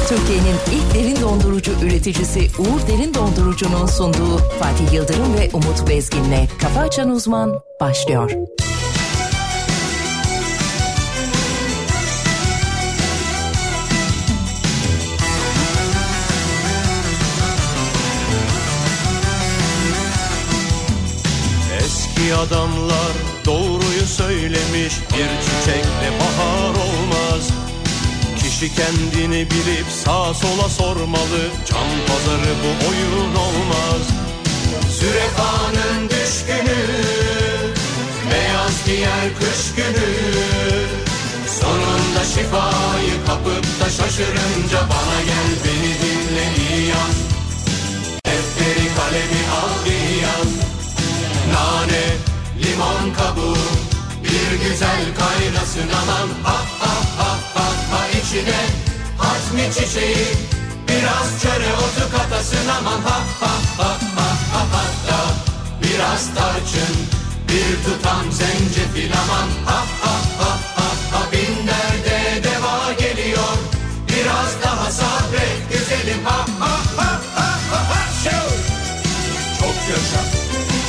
Türkiye'nin ilk derin dondurucu üreticisi Uğur Derin Dondurucu'nun sunduğu Fatih Yıldırım ve Umut Bezgin'le Kafa Açan Uzman başlıyor. Eski adamlar doğruyu söylemiş, bir çiçekle bahar olmaz. Kişi kendini bilip sağa sola sormalı, can pazarı bu oyun olmaz. Zürefanın düşkünü, beyaz giyer kış günü. Sonunda şifayı kapıp da şaşırınca bana gel beni dinle iyi yaz. Defteri kalemi al iyi yaz. Nane, limon kabuğu, bir güzel kaynasın aman. Ha ha ha ha ha içine hazmi çiçeği, biraz çöre otu katasın aman. Ha ha ha ha ha hatta biraz tarçın, bir tutam zencefil aman. Ha ha ha ha ha bin derde deva geliyor, biraz daha sabret güzelim. Ha ha ha ha ha ha şov. Çok yaşa.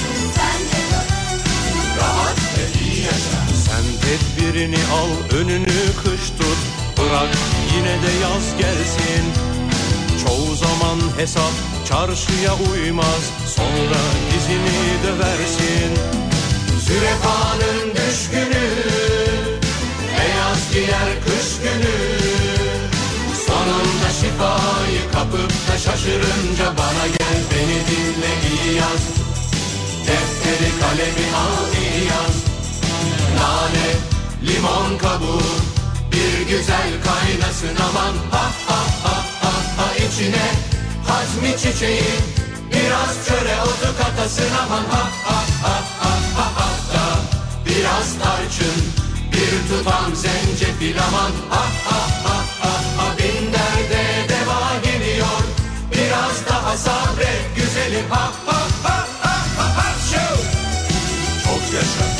Sen tedbirini al, önünü kış tut, bırak yine de yaz gelsin. Çoğu zaman hesap çarşıya uymaz, sonra dizini döversin. Zürefanın düşkünü, beyaz giyer kış günü. Sonunda şifayı kapıp da şaşırınca bana gel beni dinle iyi yaz. Defteri kalemi al iyi yaz. Nane, limon kabuğu, bir güzel kaynasın aman. Ha ha ha ha ha içine hazmi çiçeği, biraz çöre otu katasın aman. Ha ha ha ha ha hatta biraz tarçın, bir tutam zencefil aman. Ha ha ha ha ha bin derde deva geliyor, biraz daha sabret güzelim. Ha ha ha ha ha ha şov. Çok yaşa.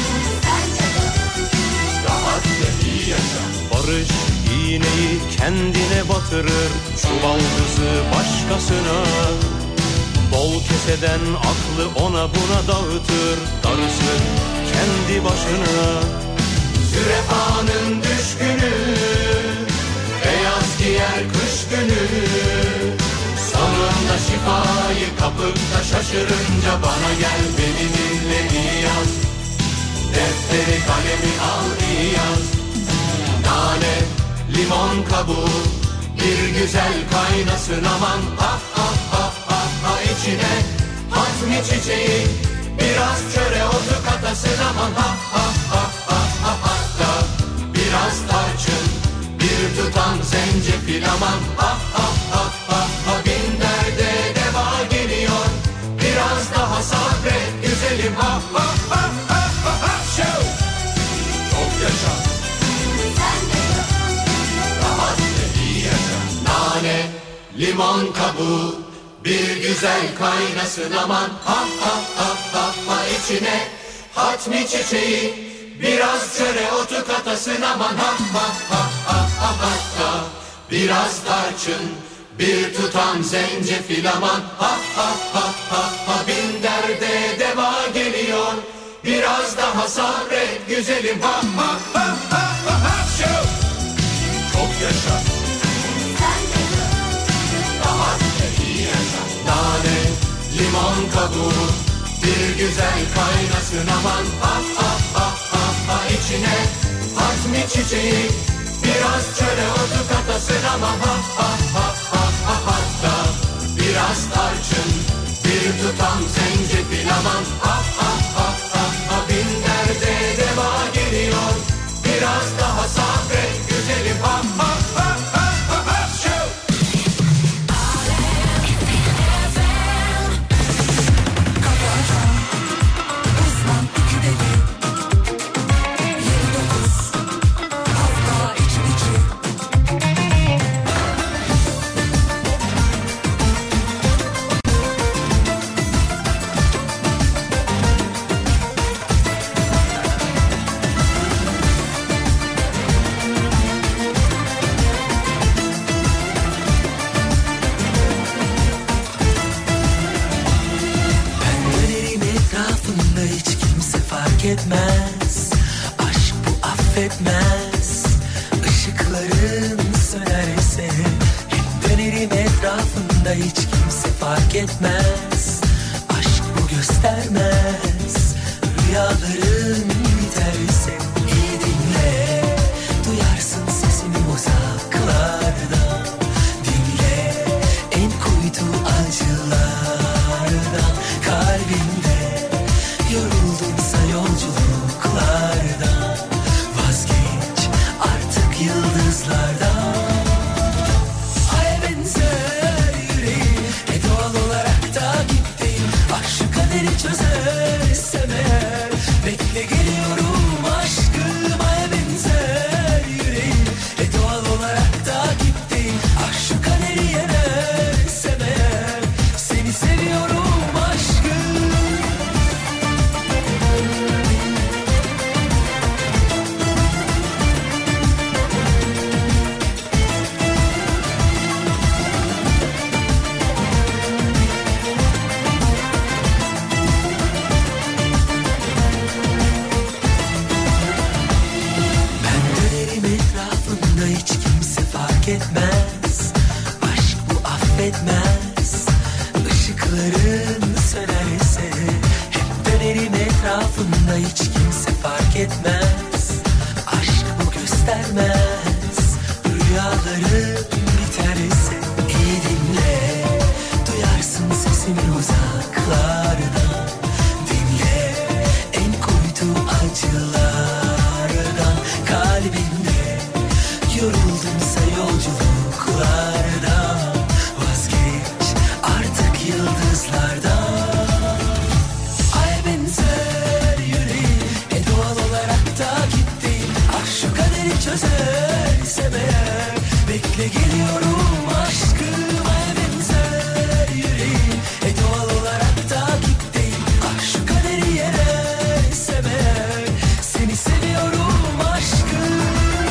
Barış iğneyi kendine batırır, çuval kızı başkasına. Bol keseden aklı ona buna dağıtır, darısı kendi başına. Zürefanın düşkünü, beyaz giyer kış günü. Sonunda şifayı kapıp da şaşırınca bana gel beni dinle iyi yaz. Defteri kalemi al iyi yaz. Nane, limon kabuğu, bir güzel kaynasın aman. Ha ha ha ha ha içine hazmi çiçeği, biraz çöre otu katasın aman. Ha ha ha ha ha hatta biraz tarçın, bir tutam zencefil aman. Ha ha ha ha ha bin derde deva geliyor, biraz daha sabret güzelim. Ha ha ha ha ha ha şov. Çok yaşa. Nane, limon kabuğu, bir güzel kaynasın aman. Ha ha ha ha ha içine hatmi çiçeği, biraz çöre otu katasın aman. Ha ha ha ha ha hatta biraz tarçın, bir tutam zencefil aman. Ha ha ha ha ha bin derde deva geliyor, biraz daha sabret güzelim. Ha ha ha ha ha ha şov. Çok yaşa. Nane, limon kabuğu, bir güzel kaynasın aman. Ha ha ha ha ha içine hazmi çiçeği, biraz çöre otu katasın aman. Ha ha ha ha ha hatta biraz tarçın, bir tutam zencefil aman. Ha ha ha ha ha bin derde deva geliyor, biraz daha sabret güzelim. Ha ha ha ha ha ha şov. etmez. Işıkların sönerse hep dönerim etrafında, hiç kimse fark etmez. Aşk bu göstermez. Rüyaların biterse iyi dinle, duyarsın sesimi uzaklardan. Dinle en kuytu acılardan, kalbimde yoruldumsa yolculuklardan, vazgeç artık yıldızlardan. Aya benzer yüreğim, doğal olarak da gittim. Ah şu kaderi çözersem eğer, bekle geliyorum aşkım. Aya benzer yüreğim, doğal olarak da gittim. Ah şu kaderi yenersem eğer, seni seviyorum aşkım. Hiç kimse fark etmez. Aşk bu affetmez. Işıkların sönerse hep dönerim etrafında, hiç kimse fark etmez. Aşk bu göstermez. Rüyaların biterse iyi dinle, duyarsın sesimi uzaklardan. Dinle en kuytu acılardan, kalbimde yoruldumsa yolculuklardan, vazgeç artık yıldızlardan. Ay benzer yüreğim, doğal olarak da gitti. Ah şu kaderi çözersem eğer, bekle geliyorum aşkım. Ay benzer yüreğim, doğal olarak da gitti. Ah şu kaderi yenersem eğer, seni seviyorum aşkım.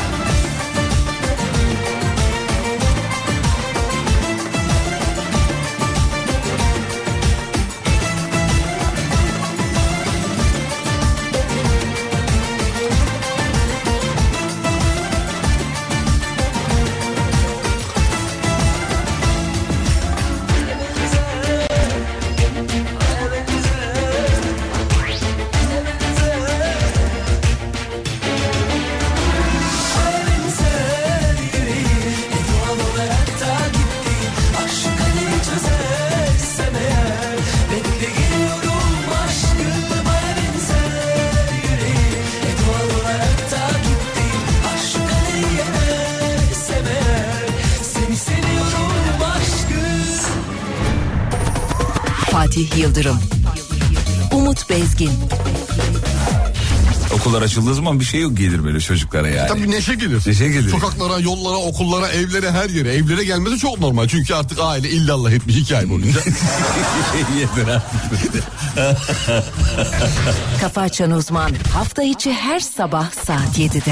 Fatih Yıldırım, Umut Bezgin. Okullar açıldığı zaman bir şey yok gelir böyle çocuklara yani. Tabii neşe gelir. Neşe gelir. Sokaklara, yollara, okullara, evlere, her yere. Evlere gelmesi çok normal. Çünkü artık aile illallah etmiş 2 ay boyunca. Yeter artık. Kafa Açan Uzman hafta içi her sabah saat 7'de.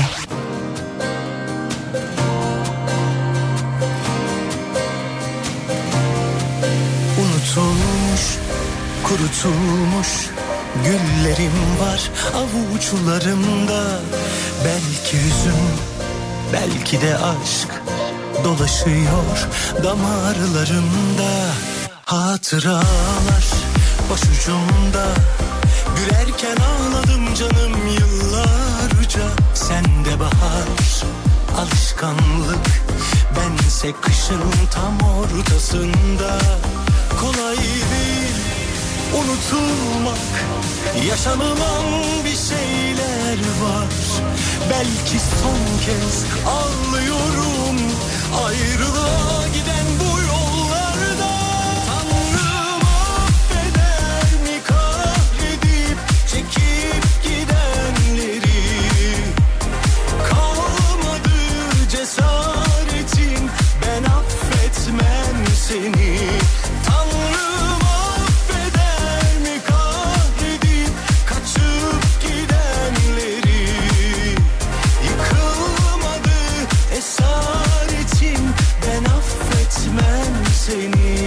Unutulmuş, kurutulmuş güllerim var avuçlarımda. Belki hüzün, belki de aşk dolaşıyor damarlarımda. Hatıralar başucumda, gülerken ağladım canım yıllarca. Sende bahar, alışkanlık, bense kışın tam ortasında. Kolay değil unutulmak, yaşanılan bir şeyler var. Belki son kez ağlıyorum ayrılığa giden bu yollarda. Tanrım affeder mi kahredip çekip gidenleri? Kalmadı cesaretim, ben affetmem seni. Tanrım affeder mi kahredip kaçıp gidenleri? Yıkılmadı esaretim, ben affetmem seni.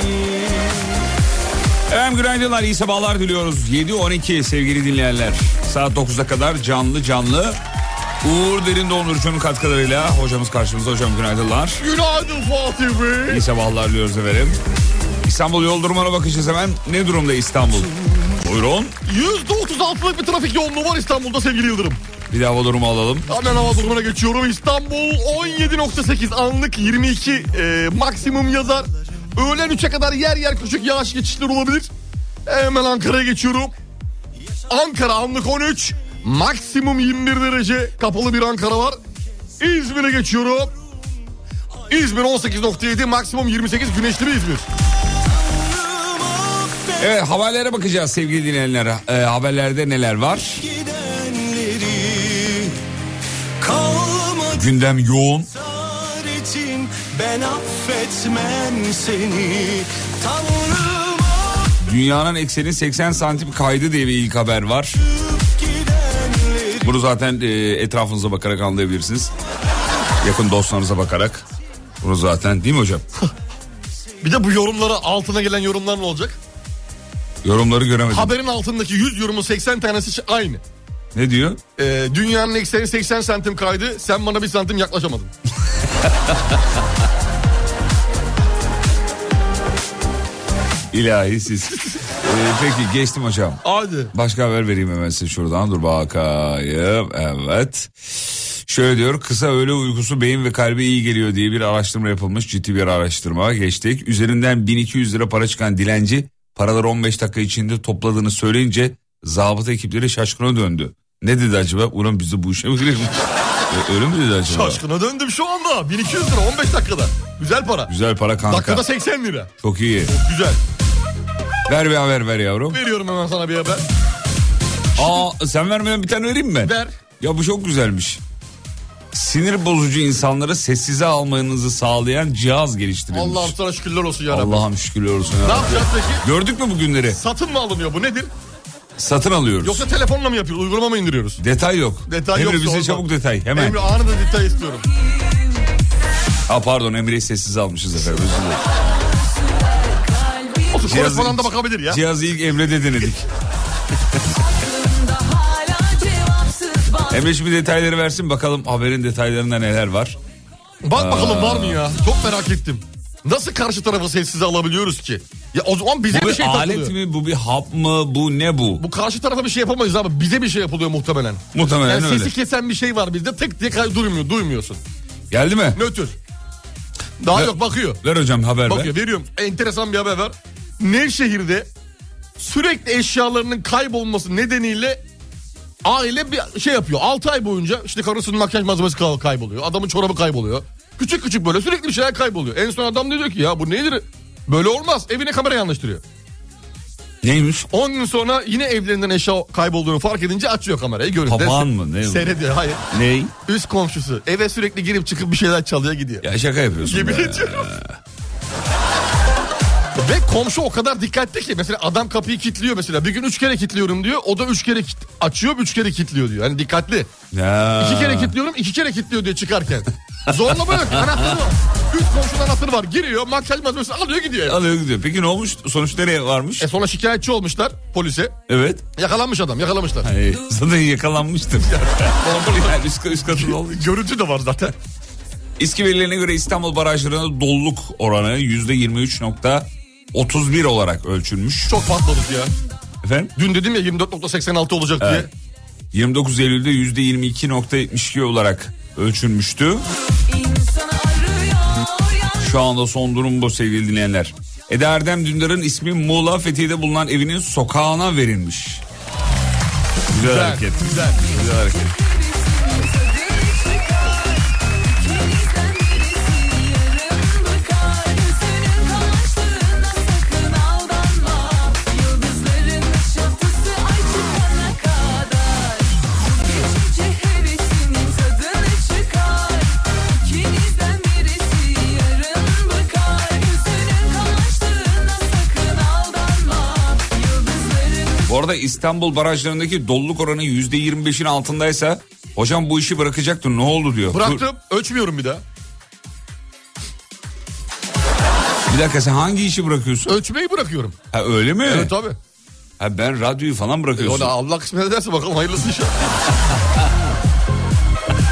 Efendim günaydınlar, iyi sabahlar diliyoruz. 7.12 sevgili dinleyenler. Saat 9'a kadar canlı Uğur Derin Dondurucu'nun katkılarıyla hocamız karşımızda. Hocam günaydınlar. Günaydın Fatih Bey. İyi sabahlar diliyoruz efendim. İstanbul yol durumuna bakacağız hemen. Ne durumda İstanbul? Buyurun. %36'lık bir trafik yoğunluğu var İstanbul'da sevgili Yıldırım. Bir de hava durumu alalım. Hemen hava durumuna geçiyorum. İstanbul 17.8, anlık 22 maksimum yazar. Öğlen 3'e kadar yer yer küçük yağış geçişleri olabilir. Hemen Ankara'ya geçiyorum. Ankara anlık 13, maksimum 21 derece, kapalı bir Ankara var. İzmir'e geçiyorum. İzmir 18.7, maksimum 28, güneşli bir İzmir. Evet, haberlere bakacağız sevgili dinleyenler. Haberlerde neler var? Gündem yoğun. Ben affetmem seni. Dünyanın ekseni 80 santim kaydı diye bir ilk haber var. Bunu zaten etrafınıza bakarak anlayabilirsiniz. Yakın dostlarınıza bakarak. Bunu zaten, değil mi hocam? Bir de bu yorumlara, altına gelen yorumlar ne olacak? Yorumları göremedim. Haberin altındaki 100 yorumun 80 tanesi aynı. Ne diyor? Dünyanın ekseni 80 santim kaydı, sen bana 1 santim yaklaşamadın. İlahi siz. Peki geçtim hocam. Hadi. Başka haber vereyim hemen size şuradan. Dur bakayım. Evet. Şöyle diyor, kısa öğle uykusu beyin ve kalbe iyi geliyor diye bir araştırma yapılmış. Ciddi bir araştırma, geçtik. Üzerinden 1200 lira para çıkan dilenci paraları 15 dakika içinde topladığını söyleyince zabıta ekipleri şaşkına döndü. Ne dedi acaba? Ulan biz de bu işe mi girelim? Öyle mi dedi acaba? Şaşkına döndüm şu anda. 1200 lira 15 dakikada. Güzel para. Güzel para kanka. Dakikada 80 lira. Çok iyi. Çok güzel. Ver bir haber ver yavrum. Veriyorum hemen sana bir haber. Sen vermeden bir tane vereyim mi? Ver. Ya bu çok güzelmiş. Sinir bozucu insanları sessize almanızı sağlayan cihaz geliştirilmiş. Allah'ım sana şükürler olsun ya Rabbi. Allah'ım şükürler olsun ya Ne Rabbi. yapacağız peki? Gördük mü bu günleri? Satın mı alınıyor, bu nedir? Satın alıyoruz. Yoksa telefonla mı yapıyoruz, uygulama mı indiriyoruz? Detay yok. Detay Emre yoksa bize olmaz. çabuk detay hemen. Emre anında detay istiyorum. Pardon, Emre'yi sessize almışız efendim, özür dilerim. Otur falan da bakabilir ya. Cihazı ilk Emre'de denedik. Emre şimdi detayları versin, bakalım haberin detaylarında neler var. Bak bakalım var mı ya? Çok merak ettim. Nasıl karşı tarafı sessize alabiliyoruz ki? Ya o zaman bize Bu bir şey takılıyor. alet mi, bu bir hap mı, bu ne bu? Bu karşı tarafa bir şey yapamayız abi. Bize bir şey yapılıyor muhtemelen. Muhtemelen yani öyle. sesi kesen bir şey var bizde, tık diye duymuyorsun. Geldi mi? Nötr. Daha yok, bakıyor. Ver hocam haber Bakıyor, veriyorum. Enteresan bir haber var. Nevşehir'de sürekli eşyalarının kaybolması nedeniyle aile bir şey yapıyor. 6 ay boyunca işte karısının makyaj malzemesi kayboluyor. Adamın çorabı kayboluyor. Küçük küçük böyle sürekli bir şeyler kayboluyor. En son adam diyor ki ya bu nedir? Böyle olmaz. Evine kamera yanlıştırıyor. Neymiş? 10 gün sonra yine evlerinden eşya kaybolduğunu fark edince açıyor kamerayı. Görüntü. Papağan mı? Ne? Seyrediyor. Hayır. Ney? Üst komşusu. Eve sürekli girip çıkıp bir şeyler çalıyor gidiyor. Ya şaka yapıyorsun. Yemin be. ediyorum. Ve komşu o kadar dikkatli ki mesela adam kapıyı kilitliyor mesela. Bir gün 3 kere kilitliyorum diyor. O da 3 kere açıyor, 3 kere kilitliyor diyor. Hani dikkatli. Ya. 2 kere kilitliyorum, 2 kere kilitliyor diyor çıkarken. Zorlama yok, anahtarı var. Üst komşunun anahtarı var. Giriyor, makyaj malzemesi alıyor gidiyor. Alıyor gidiyor. Peki ne olmuş? Sonuç nereye varmış? Sonra şikayetçi olmuşlar polise. Evet. Yakalanmış adam, yakalamışlar. Hayır. Zaten yakalanmıştır. Yani üst katında olduğu için. Görüntü de var zaten. İSKİ verilerine göre İstanbul barajlarında doluluk oranı %23.31 olarak ölçülmüş. Çok patladık ya. Efendim? Dün dedim ya 24.86 olacak diye. Evet. 29 Eylül'de %22.72 olarak ölçülmüştü. Şu anda son durum bu sevgili dinleyenler. Eda Erdem Dündar'ın ismi Muğla Fethiye'de bulunan evinin sokağına verilmiş. Güzel hareket. Güzel. Güzel hareket. Bu arada İstanbul barajlarındaki doluluk oranı %25'in altındaysa hocam bu işi bırakacaktın, ne oldu diyor. Bıraktım, ölçmüyorum bir daha. Bir dakika, sen hangi işi bırakıyorsun? Ölçmeyi bırakıyorum. Ha öyle mi? Evet abi. Ha ben radyoyu falan bırakıyorsun. O da Allah kısmet ederse bakalım hayırlısı inşallah.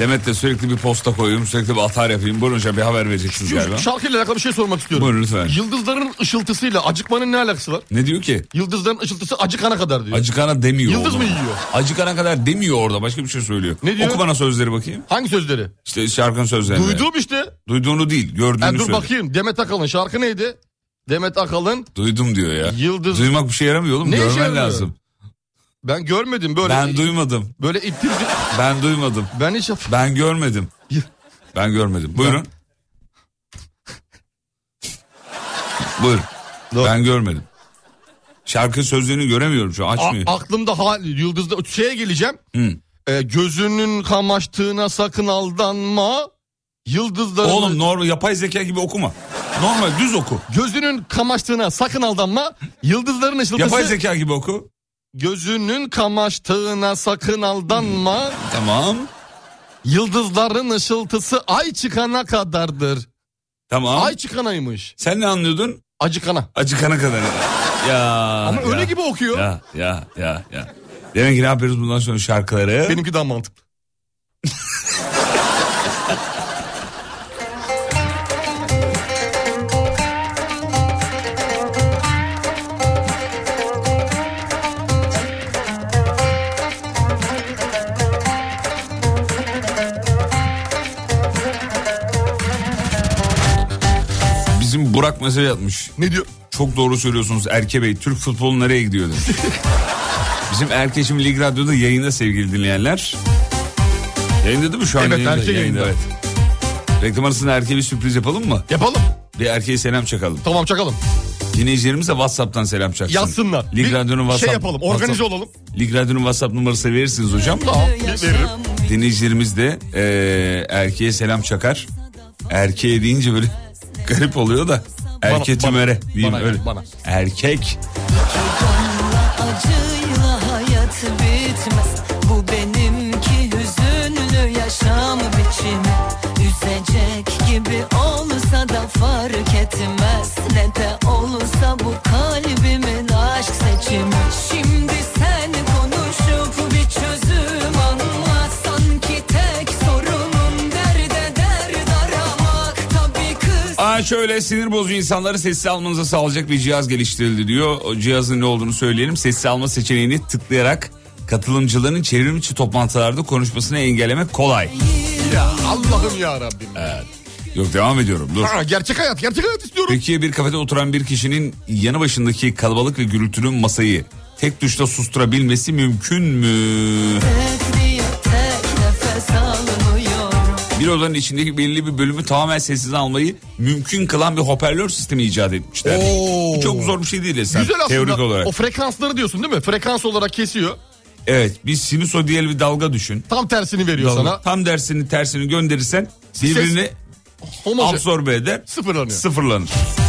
Demet'le sürekli bir posta koyayım, sürekli bir atar yapayım. Buyurun hocam, bir haber vereceksiniz galiba. Şu şarkıyla alakalı bir şey sormak istiyorum. Buyurun lütfen. Yıldızların ışıltısıyla acıkmanın ne alakası var? Ne diyor ki? Yıldızların ışıltısı acıkana kadar diyor. Acıkana demiyor. Yıldız oğlum. mı yiyor? Acıkana kadar demiyor orada, başka bir şey söylüyor. Ne diyor? Oku bana sözleri bakayım. Hangi sözleri? İşte şarkının sözlerini. Duyduğum işte. Duyduğunu değil, gördüğünü Dur söyle. bakayım, Demet Akalın şarkı neydi? Demet Akalın. Duydum diyor ya. Yıldız. Duymak bir şey yaramıyor oğlum, Ne işe görmen yarıyor? lazım. Ben görmedim böyle. Ben duymadım. Böyle ittirdi. Ben duymadım. Ben hiç... Ben görmedim. Ben görmedim. Buyurun. Buyur. Dur. Ben görmedim. Şarkı sözlerini göremiyorum şu an, açmıyor. Aklımda Yıldız'da şeye geleceğim. Gözünün kamaştığına sakın aldanma. Yıldızların... Oğlum normal yapay zeka gibi okuma. Normal düz oku. Gözünün kamaştığına sakın aldanma. Yıldızların ışıltısı... Yapay zeka gibi oku. Gözünün kamaştığına sakın aldanma. Tamam. Yıldızların ışıltısı ay çıkana kadardır. Tamam. Ay çıkanaymış. Sen ne anlıyordun? Acıkana. Acıkana kadar. Ya. Ama ya, öyle gibi okuyor. Ya. Demek ki ne yapıyoruz bundan sonra şarkıları? Benimki daha mantıklı. Bizim Burak mesaj atmış. Ne diyor? Çok doğru söylüyorsunuz Erke Bey. Türk futbolu nereye gidiyor demiş. Bizim Erke şimdi Lig Radyo'da yayında sevgili dinleyenler. Yayında değil mi şu an? Evet, yayında, Erke yayında. Evet. Reklam arasında Erke'ye bir sürpriz yapalım mı? Yapalım. Bir Erke'ye selam çakalım. Tamam çakalım. Dinleyicilerimiz de WhatsApp'tan selam çaksın. Yazsınlar. Lig Radyo'nun WhatsApp. Şey yapalım, organize olalım. Lig Radyo'nun WhatsApp numarası verirsiniz hocam. Tamam, veririm. Dinleyicilerimiz de Erke'ye selam çakar. Erkeğe deyince böyle garip oluyor da. Erke tümere diyeyim öyle. Bana. Erkek. Acıyla hayat bitmez. Bu benimki hüzünlü yaşam biçimi. Üzecek gibi olsa da fark etmez. Ne de olsa bu kalbimin aşk seçimi. Şimdi sen konuşup bir çözüm anlat. Sanki tek sorunun derde dert aramak. Tabii kız. Şöyle sinir bozucu insanları sessiz almanıza sağlayacak bir cihaz geliştirildi diyor. O cihazın ne olduğunu söyleyelim. Sessiz alma seçeneğini tıklayarak katılımcıların çevrim içi toplantılarda konuşmasını engellemek kolay. Ya Allah'ım ya Rabbim. Evet. Yok, devam ediyorum, dur. Gerçek hayat istiyorum. Peki bir kafede oturan bir kişinin yanı başındaki kalabalık ve gürültülü masayı tek tuşla susturabilmesi mümkün mü? Bir odanın içindeki belirli bir bölümü tamamen sessiz almayı mümkün kılan bir hoparlör sistemi icat etmişler. Oo. Çok zor bir şey değil Esen, Güzel aslında. teorik olarak. O frekansları diyorsun değil mi? Frekans olarak kesiyor. Evet, bir sinüsodiyel bir dalga düşün. Tam tersini veriyor Dalga. sana. Tam tersini gönderirsen birbirini absorbe eder, sıfırlanır.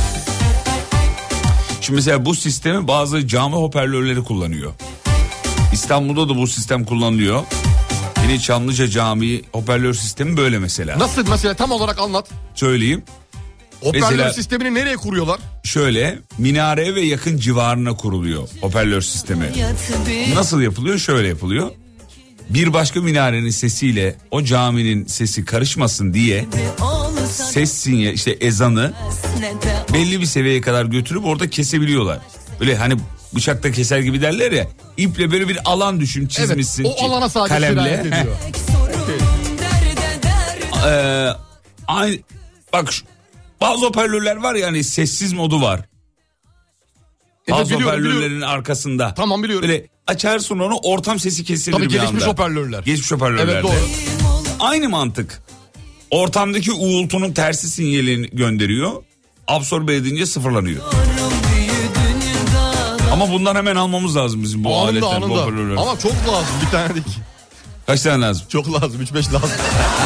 Şimdi mesela bu sistemi bazı cami hoparlörleri kullanıyor. İstanbul'da da bu sistem kullanılıyor. Yine Çamlıca Camii hoparlör sistemi böyle mesela. Nasıl mesela, tam olarak anlat. Söyleyeyim. Hoparlör mesela, sistemini nereye kuruyorlar? Şöyle, minareye ve yakın civarına kuruluyor hoparlör sistemi. Nasıl yapılıyor? Şöyle yapılıyor. Bir başka minarenin sesiyle o caminin sesi karışmasın diye ses sinyali, işte ezanı belli bir seviyeye kadar götürüp orada kesebiliyorlar. Böyle hani bıçakta keser gibi derler ya, iple böyle bir alan düşün, çizmişsin. Evet, o alana sadece sirayet ediyor. Bak bazı hoparlörler var ya, hani sessiz modu var. Bazı hoparlörlerin arkasında. Tamam, biliyorum. Böyle açarsın onu, ortam sesi kesilir bir anda. Tabii gelişmiş hoparlörler. Geçmiş hoparlörlerde. Evet, doğru. Aynı mantık. Ortamdaki uğultunun tersi sinyalini gönderiyor. Absorbe edince sıfırlanıyor. Ama bundan hemen almamız lazım bizim bu aletler, bu hoparlörler. Ama çok lazım, bir tane değil. Kaç tane lazım? Çok lazım, 3-5 lazım.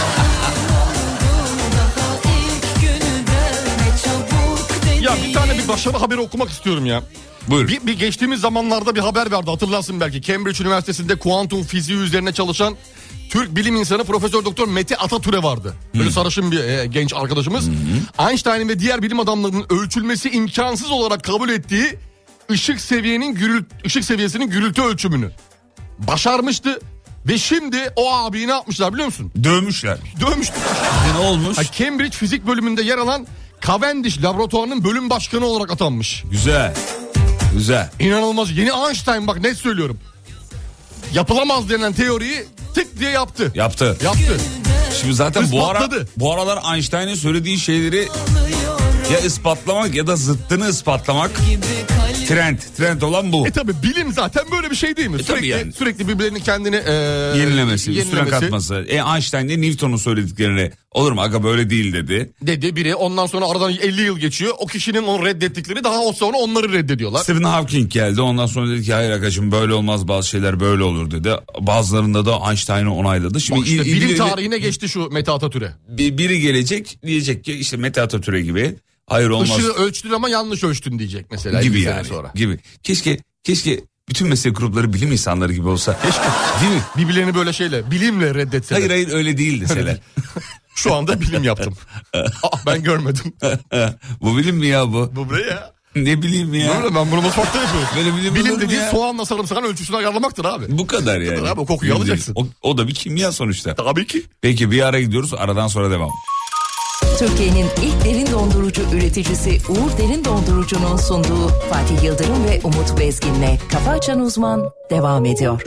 Ya bir tane bir başarı haberi okumak istiyorum ya. Buyur. Bir geçtiğimiz zamanlarda bir haber verdi, hatırlarsın belki. Cambridge Üniversitesi'nde kuantum fiziği üzerine çalışan Türk bilim insanı Profesör Doktor Mete Atatürk'e vardı. Böyle sarışın bir genç arkadaşımız. Einstein'ın ve diğer bilim adamlarının ölçülmesi imkansız olarak kabul ettiği ışık seviyesinin gürültü ölçümünü başarmıştı. Ve şimdi o abiyi ne yapmışlar biliyor musun? Dövmüşler. Ne olmuş? Cambridge fizik bölümünde yer alan Cavendish laboratuvarının bölüm başkanı olarak atanmış. Güzel. İnanılmaz. Yeni Einstein, bak net söylüyorum. Yapılamaz denen teoriyi tık diye yaptı. Yaptı. Şimdi zaten bu aralar Einstein'ın söylediği şeyleri ya ispatlamak ya da zıttını ispatlamak trend olan bu. Tabi bilim zaten böyle bir şey değil mi? Sürekli birbirlerinin kendini yenilemesi, üstüne katması. Einstein de Newton'un söylediklerini olur mu aga böyle değil dedi biri, ondan sonra aradan 50 yıl geçiyor. O kişinin onu reddettikleri daha sonra onları reddediyorlar. Stephen Hawking geldi, ondan sonra dedi ki hayır agacığım böyle olmaz, bazı şeyler böyle olur dedi. Bazılarında da Einstein'ı onayladı. Şimdi bak işte bilim tarihine geçti şu Mete Atatürk'e. Biri gelecek diyecek ki işte Mete Atatürk'e gibi hayır olmaz. Işığı ölçtün ama yanlış ölçtün diyecek mesela. Gibi yani sonra. Gibi. Keşke bütün meslek grupları bilim insanları gibi olsa. Keşke. Değil mi? Birbirlerini böyle bilimle reddetseler. Hayır öyle değil deseler. Şu anda bilim yaptım. Ben görmedim. Bu bilim mi ya bu? Bu ne ya? Ne bileyim ya. Böyle ben bunu mutfakta yapıyorum. Böyle bilim dediğin soğanla sarımsağın ölçüsünü ayarlamaktır abi. Bu kadar yani. Abi, o kokuyu alacaksın. O da bir kimya sonuçta. Tabii ki. Peki bir ara gidiyoruz, aradan sonra devam. Türkiye'nin ilk derin dondurucu üreticisi Uğur Derin Dondurucu'nun sunduğu Fatih Yıldırım ve Umut Bezgin'le Kafa Açan Uzman devam ediyor.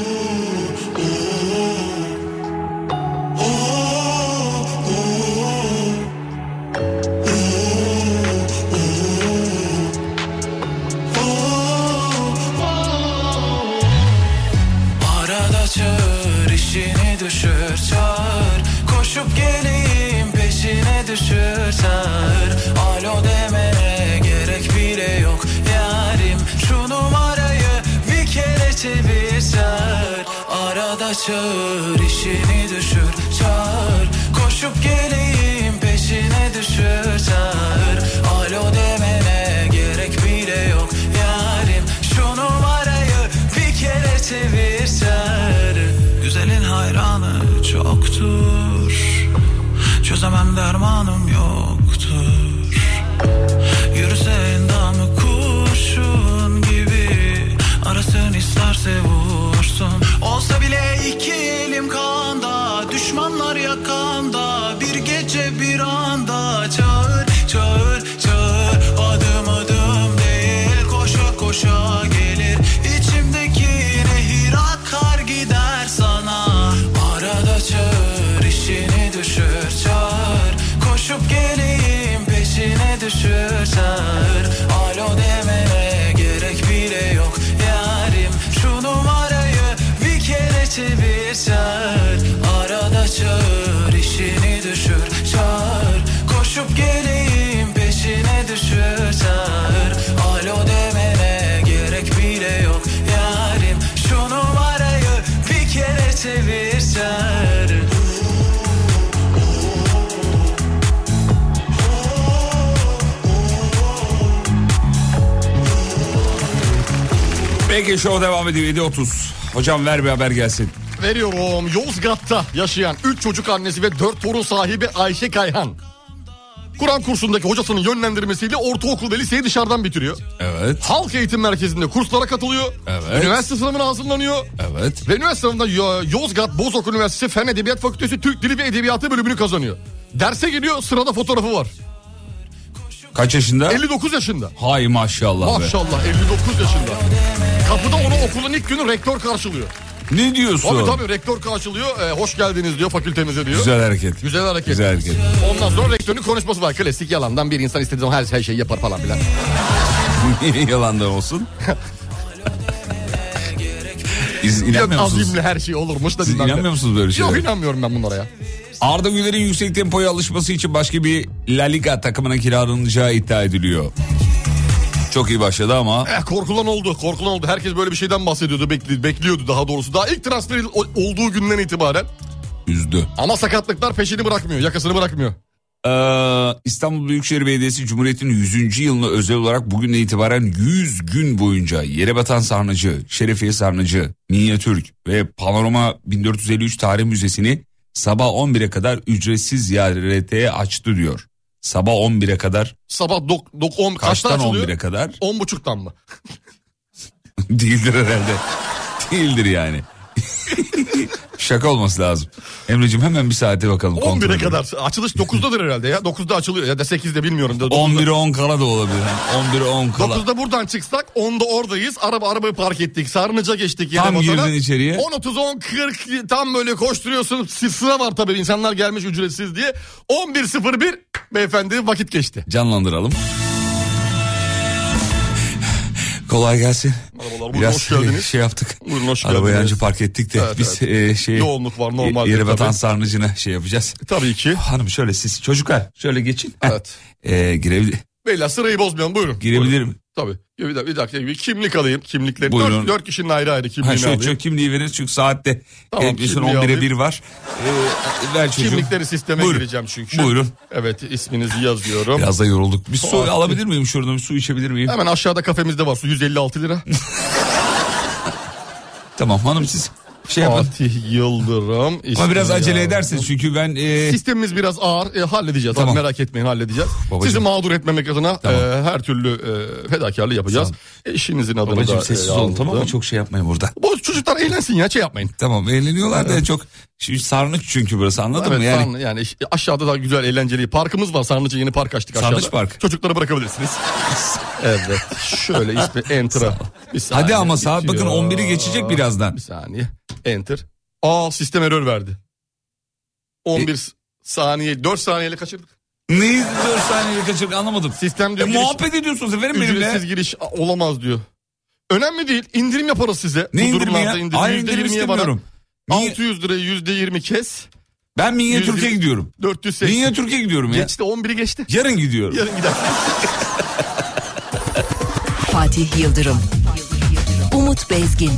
Arada çağır, işini düşür, çağır, koşup geleyim peşine düşür, çağır, alo demene gerek bile yok yarim, şu numarayı bir kere çevir, çağır, arada çağır, işini düşür, çağır, koşup geleyim peşine düşür, çağır, alo demene gerek bile yok yarim, şu numarayı bir kere çevir, çağır, güzelin hayranı çoktur, çözemem dermanım yoktur, yürüse endamı kurşun gibi, arasın isterse vursun, olsa bile iki elim kanda, düşmanlar yakanda, bir gece bir anda, çağır çağır çağır, adım adım değil, koşa koşa gelir, içimdeki nehir akar gider sana, arada çağır, işini düşür, çağır, koşup geleyim peşine düşür, çağır, alo demene gerek bile yok yarim, şu numarayı bir kere çevir, çağır, arada çağır, işini düşür, çağır, koşup geleyim peşine düşür, çağır, alo demene gerek bile yok yarim, şu numarayı bir kere çevir, çağır. Peki show devam ediyor 7.30. Hocam ver bir haber gelsin. Veriyorum. Yozgat'ta yaşayan 3 çocuk annesi ve 4 torun sahibi Ayşe Kayhan, Kur'an kursundaki hocasının yönlendirmesiyle ortaokul ve liseyi dışarıdan bitiriyor. Evet. Halk eğitim merkezinde kurslara katılıyor. Evet. Üniversite sınavına hazırlanıyor. Evet. Ve üniversite sınavında Yozgat Bozok Üniversitesi Fen Edebiyat Fakültesi Türk Dili ve Edebiyatı bölümünü kazanıyor. Derse geliyor, sırada fotoğrafı var. Kaç yaşında? 59 yaşında. Hay maşallah. Maşallah 59 yaşında. Kapıda onu okulun ilk günü rektör karşılıyor. Ne diyorsun? Tabii rektör karşılıyor. Hoş geldiniz diyor fakültemize diyor. Güzel hareket. Güzel hareket. Güzel hareket. Ondan sonra rektörün konuşması var. Klasik yalandan, bir insan istediği zaman her şeyi yapar falan filan. Niye yalandan olsun? İnanmıyor musunuz? Azimle her şey olurmuş da. Siz inanmıyor musunuz böyle şeylere? Yok, inanmıyorum ben bunlara ya. Arda Güler'in yüksek tempoya alışması için başka bir La Liga takımına kiralanacağı iddia ediliyor. Çok iyi başladı ama. Korkulan oldu. Herkes böyle bir şeyden bahsediyordu, bekliyordu daha doğrusu. Daha ilk transfer olduğu günden itibaren. Üzdü. Ama sakatlıklar peşini bırakmıyor, yakasını bırakmıyor. İstanbul Büyükşehir Belediyesi Cumhuriyet'in 100. yılına özel olarak bugünden itibaren 100 gün boyunca Yerebatan Sarnıcı, Şerefiye Sarnıcı, Minyatürk ve Panorama 1453 Tarih Müzesi'ni sabah 11'e kadar ücretsiz ziyarete açtı diyor. Sabah 11'e kadar. Sabah 10 kaçta açılıyor? 11'e kadar? 10.30'dan mı? Değildir herhalde. Değildir yani. Şaka olması lazım. Emre'cim hemen bir saate bakalım. 11'e kadar. Açılış 9'dadır herhalde ya. 9'da açılıyor ya da 8'de bilmiyorum. 11'e 10 kala da olabilir. 11'e 10 kala. 9'da buradan çıksak 10'da oradayız. Arabayı park ettik. Sarnıca geçtik. Tam girdin içeriye. 10.30 10.40 tam böyle koşturuyorsun. Sıra var tabii, insanlar gelmiş ücretsiz diye. 11.01 beyefendi vakit geçti. Canlandıralım. Kolay gelsin. Merhabalar, buyurun, hoş geldiniz. Şey yaptık. Buyurun, hoş Arabayı geldiniz. önce park ettik de evet, biz evet. şey yoğunluk var normalde. Yerebatan Sarnıcı'na şey yapacağız. Tabii ki. Hanım şöyle siz çocuklar şöyle geçin. Evet. Girebilir. Beyler sırayı bozmayalım, buyurun. Girebilirim. Tabii. Bir dakika, kimlik alayım. Kimlikleri. Buyurun. 4 kişinin ayrı kimliğini alayım. Şu kimliği veririz çünkü saatte tamam, 11'e 1 var. Ver çocuğum. Kimlikleri sisteme buyurun. gireceğim çünkü. Buyurun. Evet, isminizi yazıyorum. Biraz da yorulduk. Bir su alabilir miyim şuradan, bir su içebilir miyim? Hemen aşağıda kafemizde var su, 156 lira. Tamam hanım siz şey yapın. Fatih Yıldırım. Ama biraz acele edersiniz çünkü ben... Sistemimiz biraz ağır, halledeceğiz. Tamam. Merak etmeyin, halledeceğiz. Babacığım. Sizi mağdur etmemek adına Tamam. her türlü fedakarlık yapacağız. İşinizin adını Babacığım da... sessiz olun tamam mı? Çok şey yapmayın burada. Bu çocuklar eğlensin ya, şey yapmayın. Tamam eğleniyorlar da çok... Sarnıç çünkü burası, anladın mı? Yani aşağıda da güzel eğlenceli parkımız var. Sarnıç'a yeni park açtık aşağıda. Sarnıç Park. Çocukları bırakabilirsiniz. Evet. Şöyle ismi Enter'a. Hadi ama saat bakın 11'i geçecek birazdan. Bir saniye. Enter. Sistem error verdi. 11 saniye 4 saniyeli kaçırdık. Neyi 4 saniyeli kaçırdık anlamadım. Sistem diyor muhabbet ediyorsunuz efendim benimle. Ücretsiz giriş olamaz diyor. Önemli değil, indirim yaparız size. Ne indirimi ya? Hayır indirim istemiyorum. 600 lirayı %20 kes. Ben Minyatürk'e gidiyorum. 480. Minyatürk'e gidiyorum ya. Geçti, 11'i geçti. Yarın gidiyorum. Yarın gider. Fatih Yıldırım, Umut Bezgin.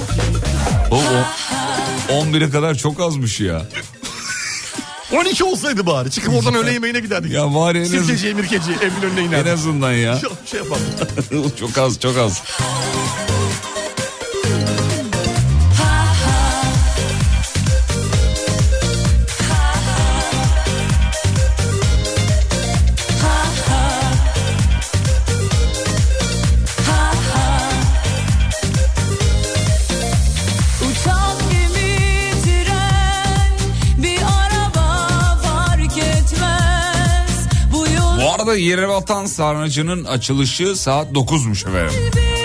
11'e kadar çok azmış ya. 12 olsaydı bari. Çıkıp oradan öğle yemeğine giderdik. Ya bari en azından. Sirkeci, mirkeci, evin önüne inerdik. En azından ya. Şey yapalım. Çok az, çok az. Yerebatan Sarnıcı'nın açılışı saat 9'muş efendim.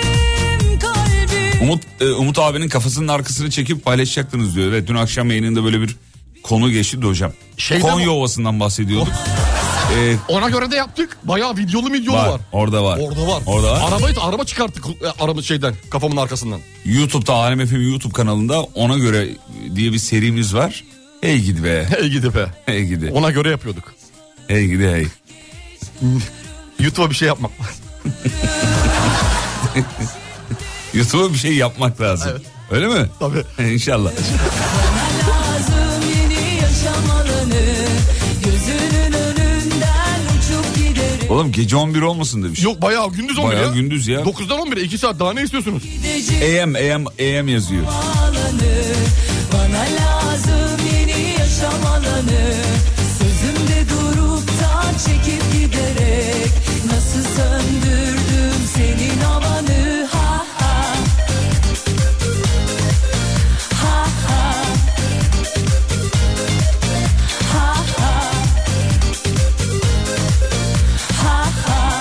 Umut abinin kafasının arkasını çekip paylaşacaktınız diyor. Evet dün akşam yayınında böyle bir konu geçti de hocam. Konya Ovası'ndan bahsediyorduk. Ona göre de yaptık. Bayağı videolu var. Orada var. Araba çıkarttık kafamın arkasından. YouTube'da Alem FM YouTube kanalında ona göre diye bir serimiz var. Hey gidi be. Hey gidi be. Hey gidi. Ona göre yapıyorduk. Hey gidi hey. YouTube'a bir şey yapmak var. YouTube'a bir şey yapmak lazım. Evet. Öyle mi? Tabii. İnşallah. Oğlum gece 11 olmasın demiş. Yok bayağı gündüz 11 bayağı ya. gündüz ya. 9'dan 11'e 2 saat daha ne istiyorsunuz? AM yazıyor. Bana lazım yeni yaşam alanı. Sözümde durup da çekip giderek nasıl söndürdüm senin havanı. Ha ha. Ha ha. Ha ha. Ha ha.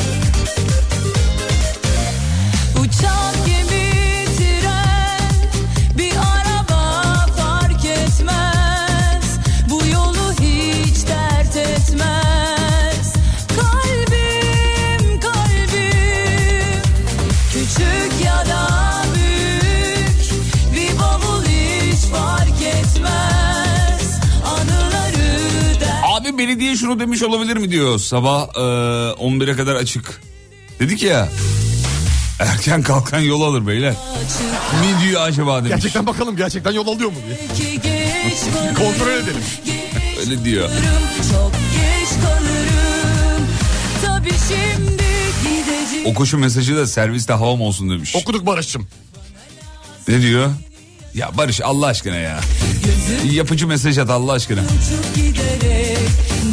Uçak, gemi, tren, bir araba fark etmez. Bu yolu hiç dert etmez. Kalbim, kalbim, küçük ya da büyük, bir bavul hiç fark etmez. Anıları der. Abi belediye şunu demiş olabilir mi diyor. Sabah 11'e kadar açık. Dedik ya. Erken kalkan yol alır beyler. Mi diyor acaba demiş. Gerçekten bakalım, gerçekten yol alıyor mu diye. Kontrol edelim. Öyle diyor. Çok geç kalırım. Tabii şimdi gideceğim. Okuşu mesajı da serviste havam olsun demiş. Okuduk Barış'cığım. Ne diyor? Ya Barış Allah aşkına ya. Yapıcı mesaj at Allah aşkına.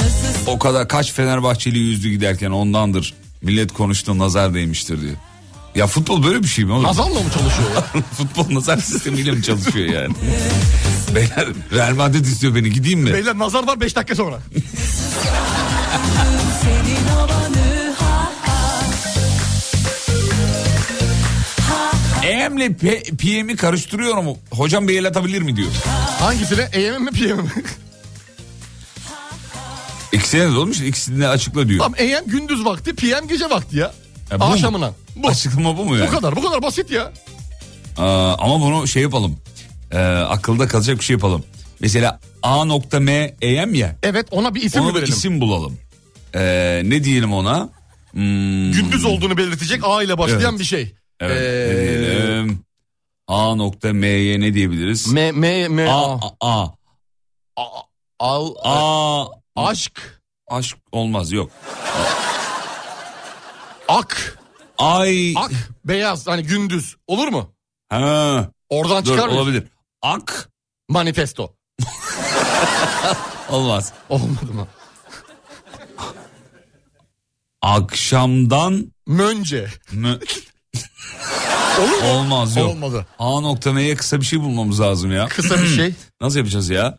O kadar kaç Fenerbahçeli yüzdü giderken ondandır. Millet konuştu nazar değmiştir diyor. Ya futbol böyle bir şey mi oğlum? Nazarla mı çalışıyor ya? Futbol nazar sistemiyle mi çalışıyor yani? Beyler Real Madrid istiyor beni, gideyim mi? Beyler nazar var 5 dakika sonra. Senin havanı EM'le PM'i karıştırıyorum. Hocam bir el atabilir mi diyor. Hangisine? AM mi PM mi? İkisine de olmuş, ikisini de açıkla diyor. Tamam, AM gündüz vakti, PM gece vakti ya. Bu Akşamına. Bu. Açıklama bu mu yani? Bu kadar basit ya. Ama bunu şey yapalım. Akılda kalacak bir şey yapalım. Mesela A.M AM ya. Evet, ona bir isim Ona mi bir verelim? isim bulalım. Ne diyelim ona? Gündüz olduğunu belirtecek A ile başlayan Evet. bir şey. Evet, ne diyelim? A.M'ye ne diyebiliriz? Aşk. Aşk olmaz, yok. Ak. Ay. Ak. Beyaz, hani gündüz. Olur mu? Ha. Oradan Dur, çıkar mı? olabilir. Ak. Manifesto. Olmaz. Olmadı mı? Akşamdan Mönce. Olur mu? Olmaz, yok. Olmadı. A.M'ye kısa bir şey bulmamız lazım ya. Kısa bir şey. Nasıl yapacağız ya?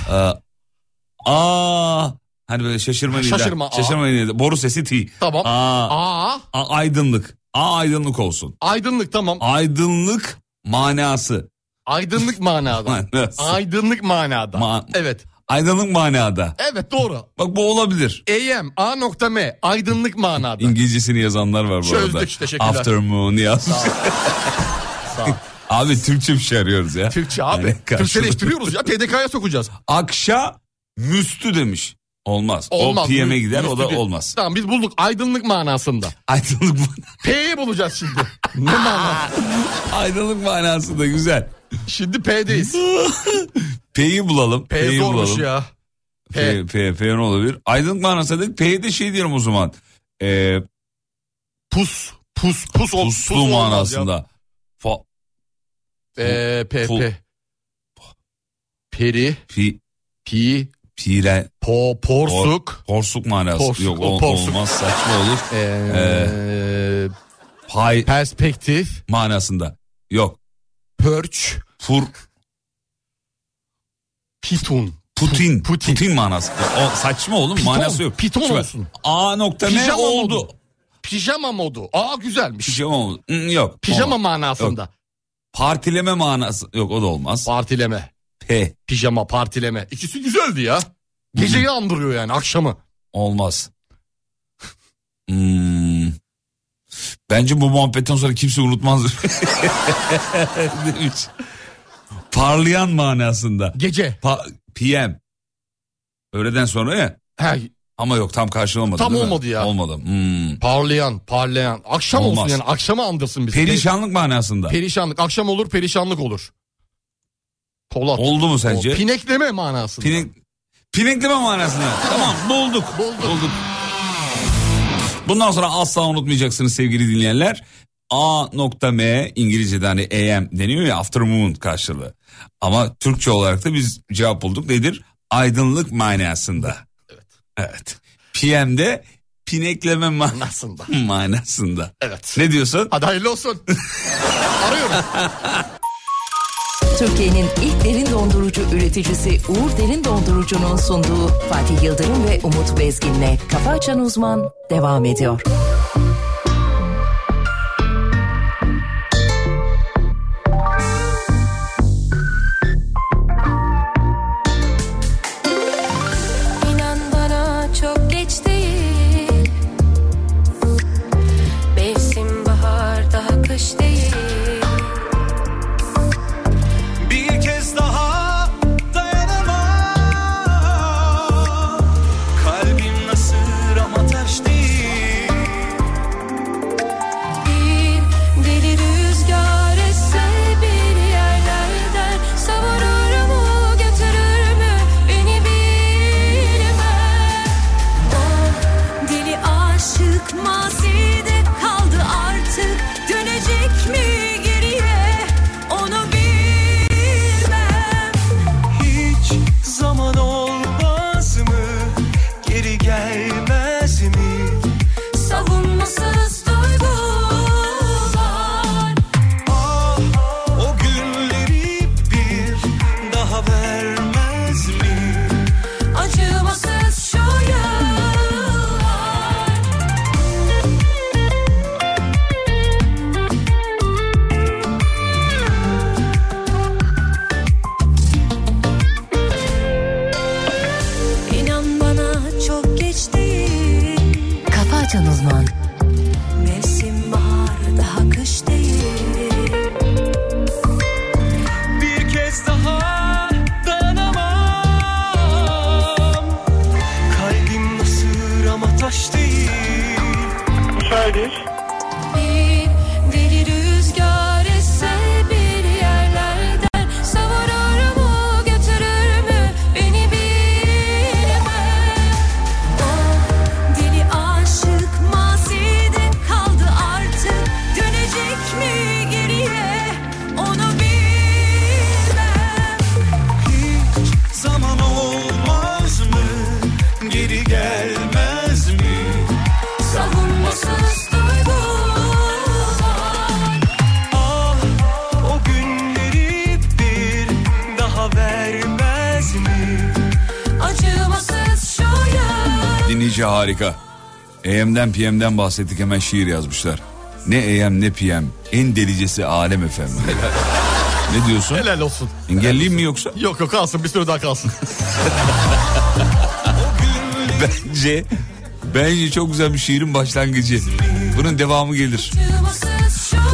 Hani böyle şaşırma değil. Şaşırma, Şaşırma değil. Boru sesi T. Tamam. Aydınlık. Aydınlık olsun. Aydınlık, tamam. Aydınlık manası. Aydınlık manada. Manası. Aydınlık manada. Evet. Aydınlık manada. Evet, doğru. Bak bu olabilir. AM A.M aydınlık manada. İngilizcesini yazanlar var bu arada. Çözdük, teşekkürler. Afternoon yazmış. Sağ ol. Abi Türkçe bir şey arıyoruz ya. Türkçe abi. Yani Türkçeleştiriyoruz ya. TDK'ya sokacağız. Akşa müstü demiş. Olmaz. Olmaz. O PM'e gider, o da Müstü- olmaz. Tamam, biz bulduk aydınlık manasında. Aydınlık P'yi bulacağız şimdi. Ne mana? Aydınlık manası da güzel. Şimdi P'deyiz. P'yi bulalım. P P'yi zormuş bulalım. ya. P ne olabilir? Aydınlık manası dedik. P'ye de şey diyelim o zaman. Puslu olmaz manasında. ya. Pu- Peri. Pire. Porsuk. Porsuk manası. Porsuk, Yok porsuk. olmaz, saçma olur. Perspektif. Manasında. Yok. Pörç. Putin manası. O saçma oğlum, manası yok. Piton Şu olsun. A.M Pijama oldu. modu. Pijama modu. Güzelmiş. Pijama oldu. Yok. Pijama olmaz. manasında. Yok. Partileme manası. Yok, o da olmaz. Partileme. P. Pijama, partileme. İkisi güzeldi ya. Geceyi andırıyor yani, akşamı. Olmaz. Bence bu muhabbetten sonra kimse unutmaz. Demiş. Parlayan manasında. Gece. PM. Öğleden sonra ya. Ama yok, tam karşı olmadı. Tam değil mi? olmadı ya. Olmadı. Parlayan. Akşam Olmaz. olsun yani, akşamı andırsın bizi. Perişanlık manasında. Perişanlık. Akşam olur, perişanlık olur. Polat. Oldu mu sence? Pinekleme manasında. Pinekleme manasında. Tamam, bulduk. Bundan sonra asla unutmayacaksınız sevgili dinleyenler. A.M İngilizce'de hani AM deniyor ya, afternoon karşılığı. Ama Türkçe olarak da biz cevap bulduk. Nedir? Aydınlık manasında. Evet. PM'de pinekleme manasında. Evet. Ne diyorsun? Hadi hayırlı olsun. Arıyorum. Türkiye'nin ilk derin dondurucu üreticisi Uğur Derin Dondurucu'nun sunduğu Fatih Yıldırım ve Umut Bezgin'le Kafa Açan Uzman devam ediyor. İnan bana çok geç değil. Mevsim bahar, daha kış değil. Bir kez daha dayanamam. Kalbim nasır ama taş değil. Bir deli rüzgar esse bir yerlerden, savurur mu götürür mü beni bilmem. O deli aşık mazide kaldı, artık dönecek mi geriye onu bilmem. Hiç zaman olmaz mı? Geri gelmez mi? Savunmasız duygular olabilir. Bir deli rüzgar esse bir yerlerden savurur mu götürür mü beni bilemem. O deli aşık mazide kaldı artık dönecek mi geriye onu bilmem. Hiç zaman olmaz mı? Geri gelmez mi? Savunmasız duygular. Ah, o günleri bir daha vermez mi? Acımasız şu yar. Dinleyici harika. AM'den PM'den bahsettik, hemen şiir yazmışlar. Ne AM ne PM, en delicesi alem efendim. Ne diyorsun? Helal olsun. Engelliyim mi yoksa? Yok kalsın, bir süre daha kalsın. Bence çok güzel bir şiirin başlangıcı. Bunun devamı gelir. Acımasız şu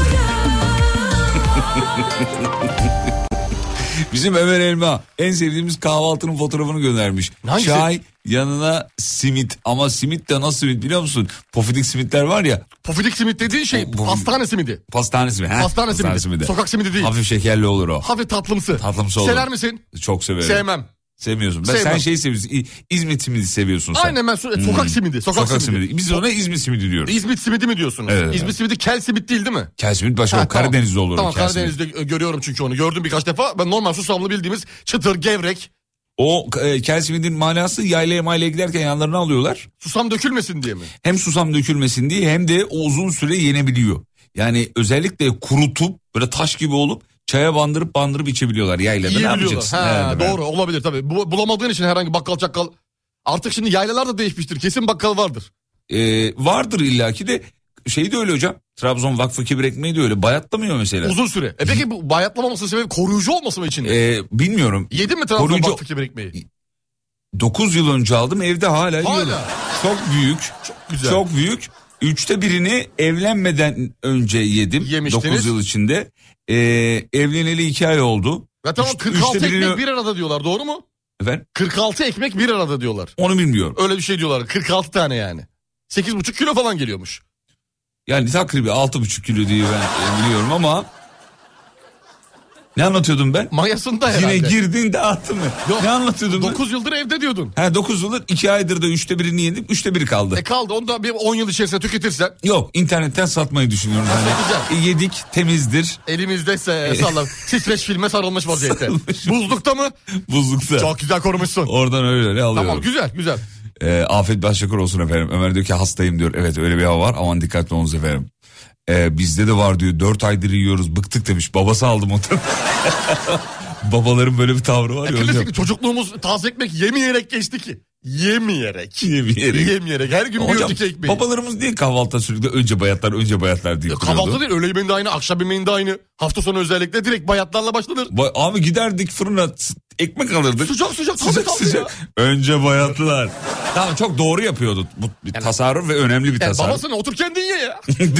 Bizim Ömer Elma en sevdiğimiz kahvaltının fotoğrafını göndermiş. Hangisi? Çay yanına simit, ama simit de nasıl simit biliyor musun? Pofidik simitler var ya. Pofidik simit dediğin şey pastane simidi. Pastane simidi. Pastane simidi. Sokak simidi değil. Hafif şekerli olur o. Hafif tatlımsı. Tatlımsı olur. Sever misin? Çok severim. Sevmem. Sevmiyorsun. Sevmem. Sen şeyi seviyorsun. İzmit simidi seviyorsun sen. Aynen ben sokak simidi. Sokak simidi. Biz ona İzmit simidi diyoruz. İzmit simidi mi diyorsunuz? Evet. İzmit simidi kel simit değil mi? Kel simit başka, Ha, o Karadeniz'de olur. Tamam, o kel Karadeniz'de görüyorum çünkü onu. Gördüm birkaç defa. Ben normal susamlı bildiğimiz çıtır, gevrek. O kel simidin manası yaylaya maylaya giderken yanlarına alıyorlar. Susam dökülmesin diye mi? Hem susam dökülmesin diye hem de o uzun süre yenebiliyor. Yani özellikle kurutup böyle taş gibi olup çaya bandırıp içebiliyorlar yaylada. Ne yapacaksın? Ha, Evet, doğru olabilir tabii. Bulamadığın için herhangi bakkal çakkal. Artık şimdi yaylalar da değişmiştir. Kesin bakkal vardır. Vardır illaki de şey de öyle hocam. Trabzon Vakfı kibir ekmeği de öyle bayatlamıyor mesela. Uzun süre. Peki bu bayatlamamasının sebebi koruyucu olması mı içinde? Bilmiyorum. Yedin mi Trabzon Koruyucu- Vakfı kibir ekmeği? 9 yıl önce aldım, evde hala yiyorum. Çok büyük. Çok güzel. Çok büyük. 1/3'ünü evlenmeden önce yedim. Yemiştiniz. 9 yıl içinde. Evleneli 2 ay oldu. Ya tamam, 46 ekmek bir arada diyorlar, doğru mu? Efendim? 46 ekmek bir arada diyorlar. Onu bilmiyorum. Öyle bir şey diyorlar. 46 tane yani. 8,5 kilo falan geliyormuş. Yani takribi 6,5 kilo diye ben biliyorum ama... Ne anlatıyordum ben? Mayasında herhalde. Yine girdin dağıttın mı? Yok, Ne anlatıyordum 9 yıldır evde diyordun. ben? 9 yıldır 2 aydır da 1/3'ünü yedim, 1/3 kaldı. Kaldı, onu da bir 10 yıl içerisinde tüketirsen. Yok, internetten satmayı düşünüyorum. Güzel. Yedik, temizdir. Elimizdeyse sallam. Streç filme sarılmış vaziyette. Buzlukta mı? Buzlukta. Çok güzel korumuşsun. Oradan öyle alıyorum. Tamam, güzel. Afiyet başşeker olsun efendim. Ömer diyor ki hastayım diyor. Evet, öyle bir hava var, aman dikkatli olunuz efendim. Bizde de var diyor, 4 aydır yiyoruz, bıktık demiş. Babası aldı motor. Babaların böyle bir tavrı var ya hocam. Klasik, çocukluğumuz taze ekmek yemeyerek geçti ki. Yemeyerek. Her gün bir Hocam, öteki ekmeği. babalarımız niye kahvaltıda sürekli önce bayatlar deyip duruyordu? Kahvaltı değil, öğle yemeğinde aynı, akşam yemeğinde aynı. Hafta sonu özellikle direkt bayatlarla başlanır. Abi giderdik fırına, ekmek alırdık. Sıcak Sıcak. Önce bayatlar. Tamam, çok doğru yapıyordu. Bu bir tasarruf ve önemli bir tasarruf. Babasına otur kendin ye ya.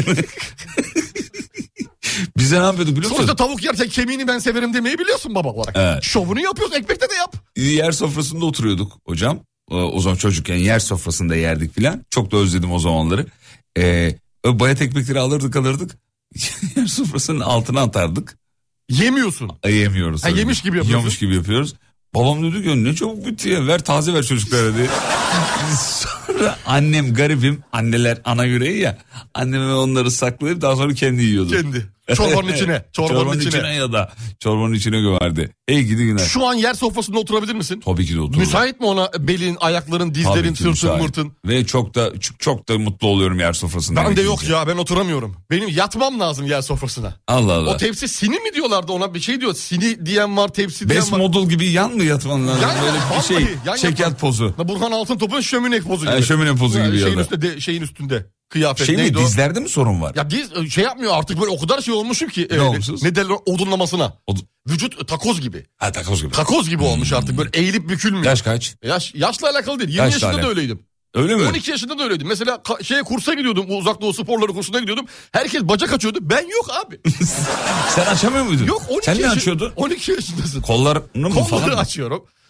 Bize ne yapıyorduk biliyor musun? Sonuçta tavuk yerken kemiğini ben severim demeyi biliyorsun baba olarak. Evet. Şovunu yapıyoruz, ekmekte de yap. Yer sofrasında oturuyorduk hocam. O zaman çocukken yer sofrasında yerdik filan. Çok da özledim o zamanları. Bayat ekmekleri alırdık. Yer sofrasının altına atardık. Yemiyorsun. Yemiyoruz. Yemiş gibi yapıyorsun. Yemiş gibi yapıyoruz. Babam dedi ki ne çabuk bitti ya, taze ver çocuklara diye. Sonra annem, garibim, anneler ana yüreği ya, anneme onları saklayıp daha sonra kendi yiyordu. Kendi. Çorbanın içine. Çorbanın içine ya da çorbanın içine gömerdi. Ey gidi günler. Şu an yer sofrasında oturabilir misin? Tabii ki de otururum. Müsait mi ona belin, ayakların, dizlerin, sırtın, mırtın? Ve çok da mutlu oluyorum yer sofrasında. Ben de yok ya, ben oturamıyorum. Benim yatmam lazım yer sofrasına. Allah Allah. O tepsi sini mi diyorlardı ona, bir şey diyor. Sini diyen var, tepsi diyen Best var. model gibi yan mı yatman lazım? Böyle bir şey. Çekyat pozu. Burhan Altıntop'un şömine pozu gibi. Şömine pozu gibi ya da. Şeyin üstünde. Kıyafet şey neydi mi, dizlerde mi sorun var? Ya diz şey yapmıyor artık, böyle o kadar şey olmuşum ki. Ne olmuşsunuz? Ne derler, odunlamasına. Vücut takoz gibi. Ha, takoz gibi. Takoz gibi olmuş artık, böyle eğilip bükülmüyor. Yaş kaç? Yaşla alakalı değil. 20 yaşında da öyleydim. Öyle mi? 12 yaşında da öyleydim. Mesela kursa gidiyordum, uzak doğu sporları kursuna gidiyordum. Herkes bacak açıyordu. Ben yok abi. Sen açamıyor muydun? Yok, 12 Sen ne açıyordun? 12 yaşındasın. Kollarını mı falan? Kolları açıyorum.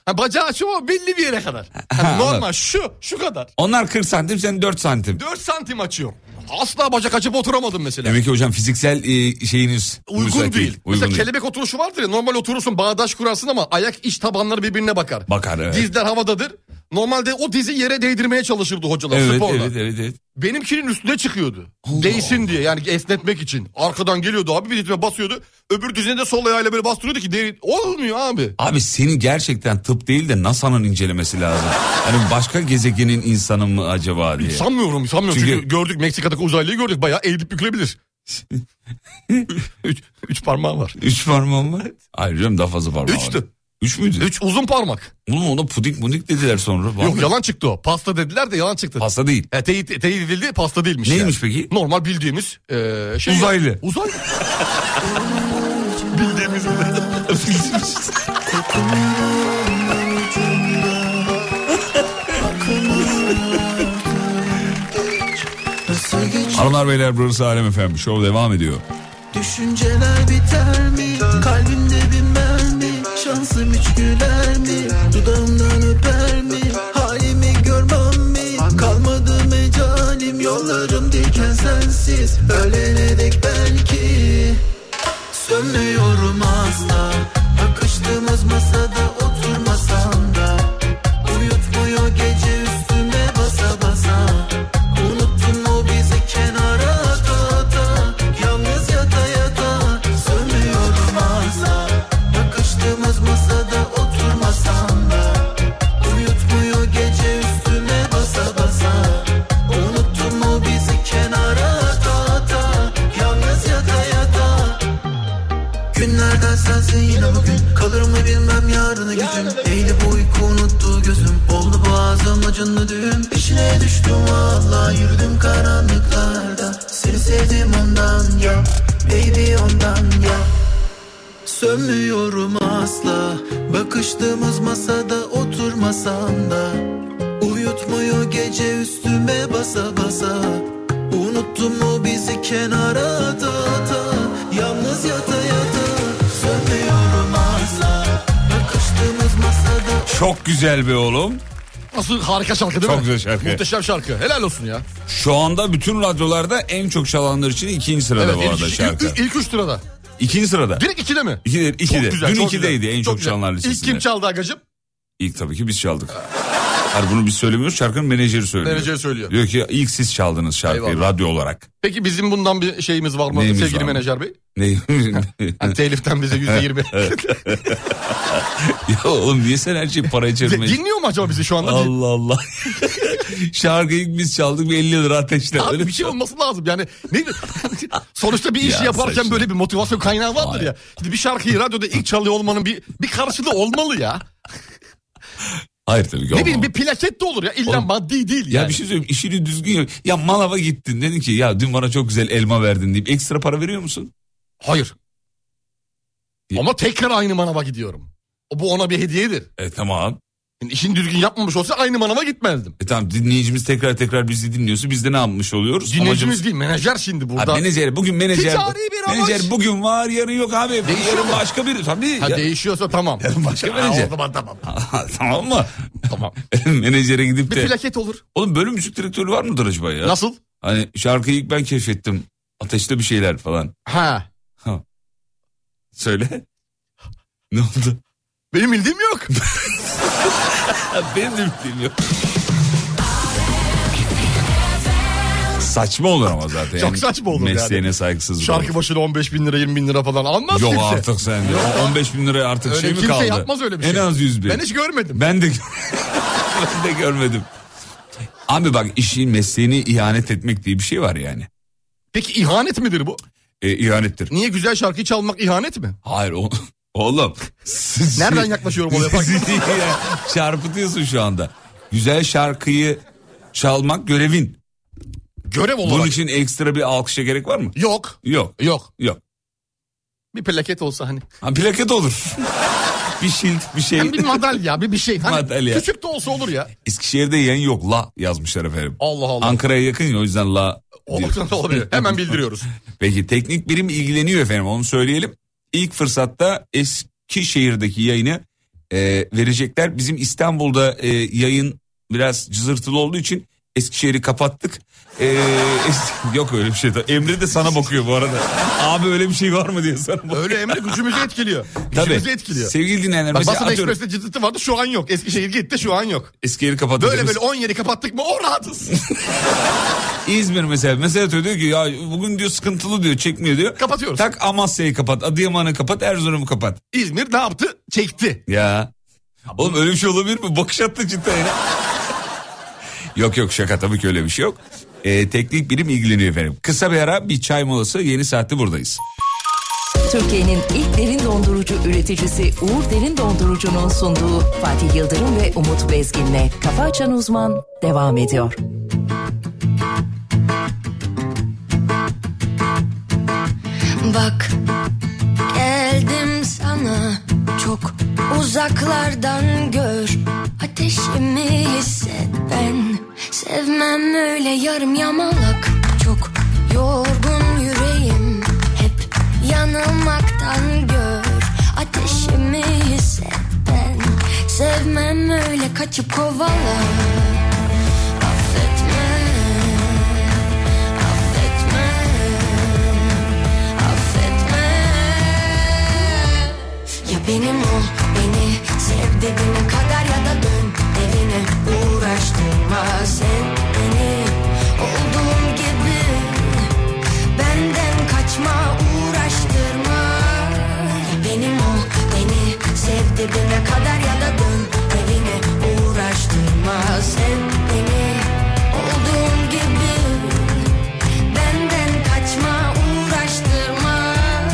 Ha, bacağı açıyor ama belli bir yere kadar. Yani normal şu kadar. Onlar 40 santim, sen 4 santim. 4 santim açıyor. Asla bacak açıp oturamadım mesela. Demek ki hocam fiziksel şeyiniz Uygun değil. Uygun Mesela değil. kelebek oturuşu vardır ya, normal oturursun, bağdaş kurarsın ama ayak iç tabanları birbirine bakar. Bakar, evet. Dizler havadadır. Normalde o dizi yere değdirmeye çalışırdı hocalar sporda. Evet. Benimkinin üstüne çıkıyordu. Değsin diye, yani esnetmek için. Arkadan geliyordu abi, bir dizime basıyordu. Öbür dizine de sol ayağıyla böyle bastırıyordu ki olmuyor abi. Abi senin gerçekten tıp değil de NASA'nın incelemesi lazım. Hani başka gezegenin insanı mı acaba diye. Sanmıyorum. Çünkü gördük, Meksika'daki uzaylıyı gördük. Bayağı eğilip bükülebilir. 3 parmağı var. 3 parmağım var. Hayır canım, daha fazla parmağı var. 3'tü. 3 müydü? 3 uzun parmak. Ona pudik dediler sonra. Yok, Vallahi. yalan çıktı o. Pasta dediler de yalan çıktı. Pasta değil. Teyit edildi, pasta değilmiş. Neymiş yani. peki? Normal bildiğimiz şey. Uzaylı. Uzaylı. Bildiğimiz gibi. Hanımlar beyler, burası Alem FM. Show devam ediyor. Düşünceler biter mi? Kalbimde bir mermi. Şansım hiç güler mi? Dudağımdan öper mi? Halimi görmem mi? Kalmadı mecalim, yollarım diken sensiz. Ölene dek belki. Sönmüyorum asla. Bakıştığımız masada oturmasam da. Uyutmuyor gece üstüme basa basa. Unuttun mu bizi kenara ata. Yalnız yata yata. Sönmüyorum asla. Bakıştığımız masada oturmasam da. Uyutmuyor gece üstüme basa basa. Unuttun mu bizi kenara ata. Yalnız yata yata. Günlerden sensin yine bugün. Kalır mı bilmem yarını gücüm. Eğilip uyku unuttu gözüm. Oldu boğazım acınlı düğüm. Peşine düştüm valla, yürüdüm karanlıklarda. Seni sevdim ondan ya, baby ondan ya. Sönmüyorum asla. Bakıştığımız masada oturmasam da. Uyutmuyor gece üstüme basa basa. Unuttun mu bizi kenara ata ata. Yalnız yata yata. Sönmüyorum asla. Bakıştığımız masada. Çok güzel be oğlum. Nasıl harika şarkı değil mi? Çok güzel şarkı. Muhteşem şarkı. Helal olsun ya. Şu anda bütün radyolarda en çok çalanlar için 2. sırada bu arada şarkı. İlk 3 sırada. 2. sırada. Direkt 2'de mi? 2'de. Çok güzel, Dün çok 2'deydi güzel. en çok güzel. çalanlar listesinde. İlk kim çaldı agacım? İlk tabii ki biz çaldık. Hayır, bunu biz söylemiyoruz, şarkının menajeri söylüyor. Menajeri söylüyor. Diyor ki ilk siz çaldınız şarkıyı. Eyvallah. Radyo olarak. Peki bizim bundan bir şeyimiz var mı Neyimiz sevgili var mı? menajer bey? Ne? Hani teliften bize %20. Ya oğlum niye sen her şeyi paraya çevirmeye... Dinliyor mu acaba bizi şu anda? Allah Allah. Şarkıyı biz çaldık, bir 50 lira ateşle. Abi bir şey olması lazım yani. Ne? Sonuçta bir iş Ya yaparken saçma. böyle bir motivasyon kaynağı vardır Hayır. ya. Şimdi bir şarkıyı radyoda ilk çalıyor olmanın bir karşılığı olmalı ya. Hayır tabii ki Ne bileyim, olmaz. bir plaket de olur ya. İlla Oğlum, maddi değil Ya yani. bir şey söyleyeyim, işini düzgün yap. Ya manava gittin, dedin ki ya dün bana çok güzel elma verdin deyip ekstra para veriyor musun? Hayır. Ama tekrar aynı manava gidiyorum. Bu ona bir hediyedir. Tamam. Yani işini düzgün yapmamış olsa aynı manava gitmezdim. Tamam, dinleyicimiz tekrar bizi dinliyorsa biz de ne yapmış oluyoruz? Dinleyicimiz değil, menajer şimdi burada. Menajer bugün menajer. Ticari bir amaç. Menajer bugün var, yarın yok abi. Değişiyor Yarın mu? başka biri. Tabii. Ha, Ya- değişiyorsa tamam. başka menajer. O zaman tamam. Tamam mı? Tamam. Menajere gidip Bir de. plaket olur. Oğlum böyle müzik direktörü var mıdır acaba ya? Nasıl? Hani şarkıyı ilk ben keşfettim. Ateşte bir şeyler falan. Ha. Söyle. Ne oldu? Benim bildiğim yok. Benim de bildiğim yok. Saçma olur ama zaten. Çok saçma olur yani. Mesleğine saygısızlık Şarkı olur. başına 15 bin lira 20 bin lira falan almaz Yok kimse. artık sen de. O 15 bin liraya artık Öyle şey mi kimse kaldı? yapmaz öyle bir şey. En az 100 bin. Ben hiç görmedim. Ben de görmedim. Abi bak, işin mesleğini ihanet etmek diye bir şey var yani. Peki ihanet midir bu? İhanettir. Niye güzel şarkıyı çalmak ihanet mi? Hayır oğlum. Nereden yaklaşıyorum olaya bak. Çarpıtıyorsun şu anda. Güzel şarkıyı çalmak görevin. Görev olarak. Bunun için ekstra bir alkışa gerek var mı? Yok. Yok. Yok. Yok. Bir plaket olsa hani. Ha, plaket olur. Bir şilt, bir şey. Yani bir madalya, bir şey. Hani Madalya. küçük de olsa olur ya. Eskişehir'de yayın yok. La yazmışlar efendim. Allah Allah. Ankara'ya yakın ya, o yüzden la. Olabilir. Hemen bildiriyoruz. Peki teknik birim ilgileniyor efendim, onu söyleyelim. İlk fırsatta Eskişehir'deki yayını verecekler. Bizim İstanbul'da yayın biraz cızırtılı olduğu için Eskişehir'i kapattık. Yok öyle bir şey. Emre de sana bakıyor bu arada. Abi öyle bir şey var mı diye sana bakıyor. Öyle Emre gücümüzü etkiliyor. Tabii. Gücümüzü etkiliyor. Sevgili dinleyenler. Bak, mesela Basın Ekspres'te cızırtı vardı, şu an yok. Eskişehir gitti, şu an yok. Eskişehir'i kapatacağız. Böyle 17 kapattık mı o rahatız. İzmir mesela diyor ki ya bugün diyor sıkıntılı diyor, çekmiyor diyor. Kapatıyoruz. Tak Amasya'yı kapat, Adıyaman'ı kapat, Erzurum'u kapat. İzmir ne yaptı? Çekti. Ya. Oğlum öyle bir şey olabilir mi? Bakış attı cidden ya. Yok şaka, tabii ki öyle bir şey yok. Teknik birim ilgileniyor efendim. Kısa bir ara, bir çay molası, yeni saatte buradayız. Türkiye'nin ilk derin dondurucu üreticisi Uğur Derin Dondurucu'nun sunduğu Fatih Yıldırım ve Umut Bezgin'le Kafa Açan Uzman devam ediyor. Bak geldim sana çok uzaklardan gör. Ateşimi hisset, ben sevmem öyle yarım yamalak. Çok yorgun yüreğim, hep yanılmaktan gör. Ateşimi hisset, ben sevmem öyle kaçıp kovala. Benim ol, beni sev dediğine kadar ya da dön evine, uğraştırma sen beni. Olduğum gibi benden kaçma, uğraştırma. Benim ol, beni sev dediğine kadar ya da dön evine, uğraştırma sen beni. Olduğum gibi benden kaçma, uğraştırma.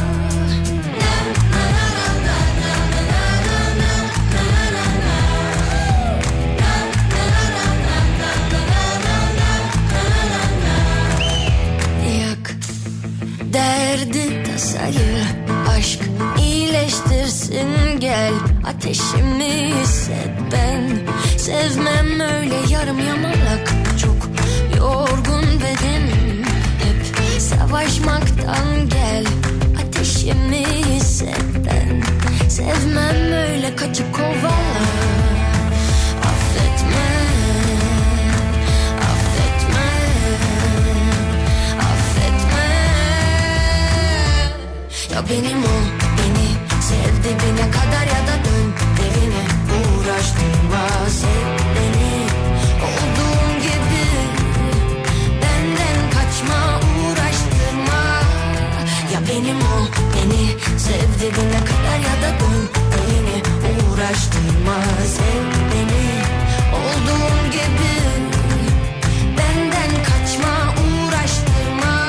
Derdi tasayı aşk iyileştirsin gel. Ateşimi hisset, ben sevmem öyle yarım yamalak. Çok yorgun bedenim, hep savaşmaktan gel. Ateşimi hisset, ben sevmem öyle kaçıp kovala. Affetme, affetme, affetme. Ya benim ol, beni sev dibine kadar ya da dön evine, uğraştırma sev beni. Olduğum gibi benden kaçma, uğraştırma. Ya benim ol, beni sev dibine kadar ya da dön evine, uğraştırma sev beni. Olduğum gibi benden kaçma, uğraştırma.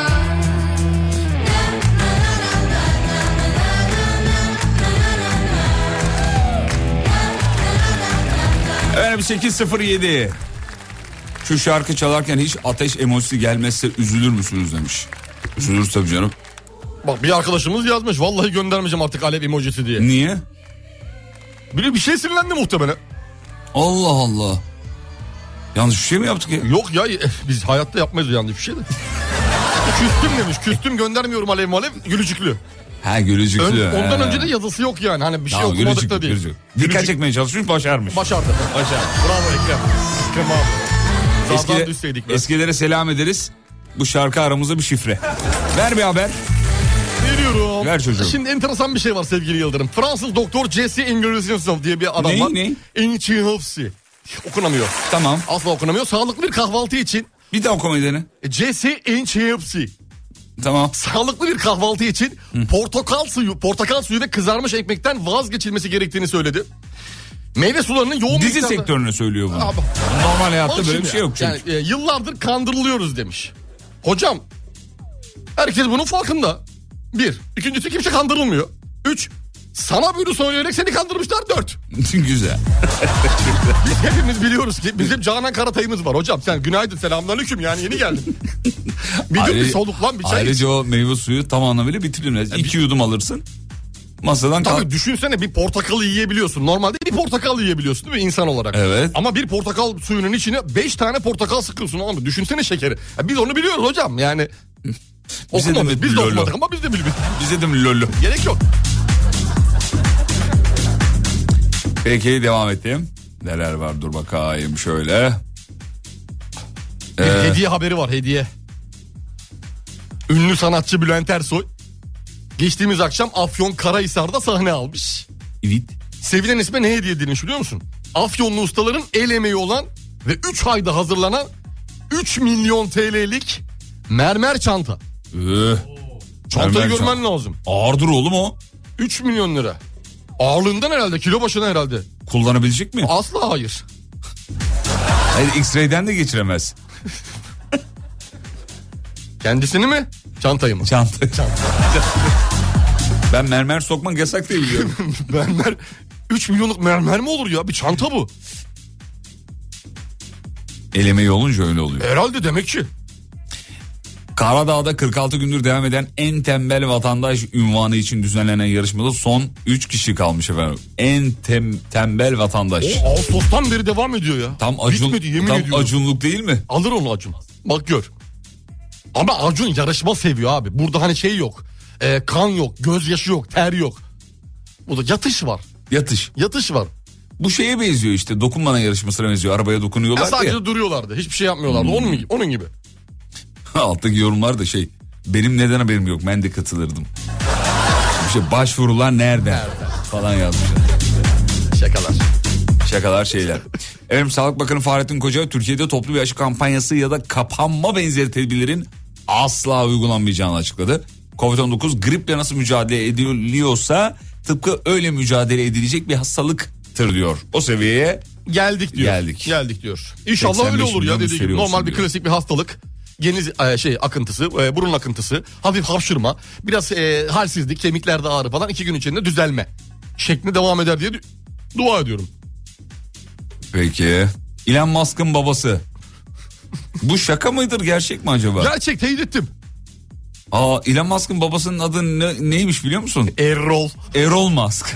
Efendim 8.07. Şu şarkı çalarken hiç ateş emojisi gelmezse üzülür müsünüz demiş. Üzülür tabii canım. Bak bir arkadaşımız yazmış, vallahi göndermeyeceğim artık alev emojisi diye. Niye? Biri bir şey sinirlendi muhtemelen. Allah Allah. Yanlış bir şey mi yaptık ya? Yok ya, biz hayatta yapmayız yanlış bir şey de. Küstüm demiş, küstüm göndermiyorum alev malev, gülücüklü. Ha gülücüklü. Ondan önce de yazısı yok yani, hani bir şey Tamam, okumadık da değil. Gülücük. Dikkat çekmeye çalışmış, başarmış. Başardı. Bravo Ekrem. Ekrem abi. Zardan düşseydik be. Eskilere selam ederiz. Bu şarkı aramızda bir şifre. Ver bir haber. Veriyorum. Ver çocuğum. Şimdi enteresan bir şey var sevgili Yıldırım. Fransız doktor Jesse Ingersson diye bir adam var. Ne? Ingersson. Okunamıyor. Tamam. Asla okunamıyor. Sağlıklı bir kahvaltı için. Bir daha okumayı dene. Jesse Ingersson. Tamam. Sağlıklı bir kahvaltı için portakal suyu ve kızarmış ekmekten vazgeçilmesi gerektiğini söyledi. Meyve sularının yoğun Dizi miktarda... sektörüne söylüyor bunu. Abi, normal hayatta bak böyle şimdi bir şey yok çünkü. Yani, yıllardır kandırılıyoruz demiş. Hocam, herkes bunun farkında. 1. İkincisi kimse kandırılmıyor. 3. Sana bunu söyleyerek seni kandırmışlar. 4. Güzel. Biz hepimiz biliyoruz ki bizim Canan Karatay'ımız var. Hocam sen günaydın, selamünaleyküm, yani yeni geldin. Bir soluklan bir çay. Ayrıca o meyve suyu tam anlamıyla bitirilmez. 2 yudum alırsın. Masadan Tabii düşünsene, bir portakalı yiyebiliyorsun. Normalde bir portakal yiyebiliyorsun değil mi insan olarak? Evet. Ama bir portakal suyunun içine 5 tane portakal sıkıyorsun ama düşünsene şekeri. Ya biz onu biliyoruz hocam yani. Bize de mi biz de lolo? okumadık ama biz de biliyoruz. Bize de mi lolo? Gerek yok. Peki devam ettim. Neler var dur bakayım şöyle. Bir hediye haberi var, hediye. Ünlü sanatçı Bülent Ersoy geçtiğimiz akşam Afyonkarahisar'da sahne almış. Evet. Sevilen isme ne hediye edilmiş biliyor musun? Afyonlu ustaların el emeği olan ve 3 ayda hazırlanan 3 milyon TL'lik mermer çanta. Çantayı Mermer görmen lazım. Ağırdır oğlum o. 3 milyon lira. Ağırlığından herhalde, kilo başına herhalde. Kullanabilecek mi? Asla hayır. Hayır, X-ray'den de geçiremez. Kendisini mi? Çantayı mı? Çanta. Ben mermer sokmak yasak diye biliyorum. Mermer 3 milyonluk mermer mi olur ya? Bir çanta bu. Elemeyi olunca öyle oluyor. Herhalde demek ki. Karadağ'da 46 gündür devam eden en tembel vatandaş unvanı için düzenlenen yarışmada son 3 kişi kalmış efendim. En tembel vatandaş. O Ağustos'tan beri devam ediyor ya. Tam Bitmedi, yemin tam ediyorum. Acunluk değil mi? Alır onu Acun. Bak gör. Ama Acun yarışma seviyor abi. Burada hani şey yok. Kan yok, gözyaşı yok, ter yok. Burada yatış var. Yatış var. Bu şeye benziyor işte, dokunmana yarışmasına benziyor. Arabaya dokunuyorlar ya. Sadece duruyorlardı. Hiçbir şey yapmıyorlardı. Onun gibi. Alttaki yorumlar da şey, benim neden haberim yok, ben de katılırdım. Bir şey, başvurular nereden? Falan yazmışlar. Şakalar şeyler. Evet, Sağlık Bakanı Fahrettin Koca Türkiye'de toplu bir aşı kampanyası ya da kapanma benzeri tedbirlerin asla uygulanmayacağını açıkladı. Covid-19 griple nasıl mücadele ediliyorsa tıpkı öyle mücadele edilecek bir hastalıktır diyor. O seviyeye geldik diyor. Geldik diyor. İnşallah öyle olur ya, dediği gibi. Normal bir klasik bir hastalık. Geniz akıntısı, burun akıntısı, hafif hapşırma, biraz halsizlik, kemiklerde ağrı falan 2 gün içinde düzelme şeklinde devam eder diye dua ediyorum. Peki. Elon Musk'ın babası. Bu şaka mıdır, gerçek mi acaba? Gerçek, teyit ettim. Elon Musk'ın babasının adı neymiş biliyor musun? Errol Musk.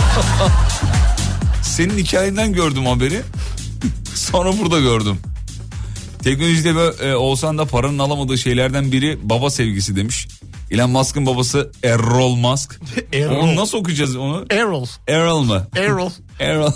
Senin hikayenden gördüm haberi. Sonra burada gördüm. Teknolojide ve olsan da paranın alamadığı şeylerden biri baba sevgisi demiş. Elon Musk'ın babası Errol Musk. Onu nasıl okuyacağız onu? Errol mu? Errol.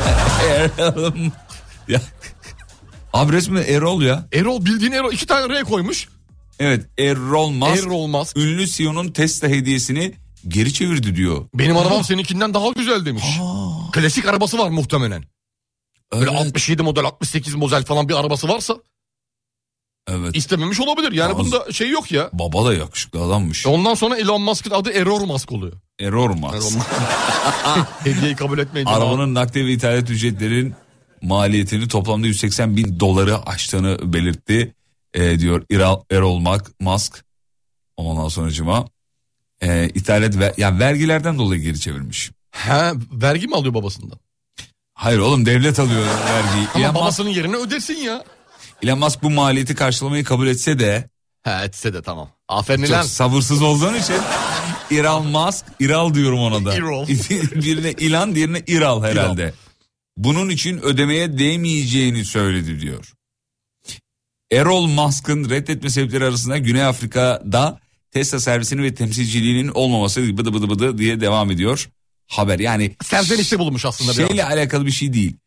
Ya. Abi resmen Errol ya. Errol, bildiğin Errol. 2 tane R koymuş. Evet, Errol Musk. Ünlü CEO'nun Tesla hediyesini geri çevirdi diyor. Benim arabam seninkinden daha güzel demiş. Klasik arabası var muhtemelen. Böyle 67 model, 68 model falan bir arabası varsa. Evet. İstememiş olabilir. Yani bunda şey yok ya. Baba da yakışıklı adammış. Ondan sonra Elon Musk'ın adı Error Musk oluyor. Error Musk. Hediyeyi kabul etmeyince. Arabanın nakliye ve ithalat ücretlerinin maliyetini toplamda $180.000 aştığını belirtti. Diyor Errol Musk. Ondan sonracıma ithalat yani vergilerden dolayı geri çevirmiş. Vergi mi alıyor babasından? Hayır oğlum, devlet alıyor vergiyi. Ama babasının yerine ödersin ya. Elon Musk bu maliyeti karşılamayı kabul etse de. Etse de tamam. Aferin çok lan. Sabırsız olduğun için Elon Musk, İral diyorum ona da. Birine İlan, diğerine İral herhalde. İral. Bunun için ödemeye değmeyeceğini söyledi diyor. Errol Musk'ın reddetme sebepleri arasında Güney Afrika'da Tesla servisinin ve temsilciliğinin olmaması bıdı diye devam ediyor haber. Yani serzenişte bulunmuş aslında. Şeyle alakalı bir şey değil.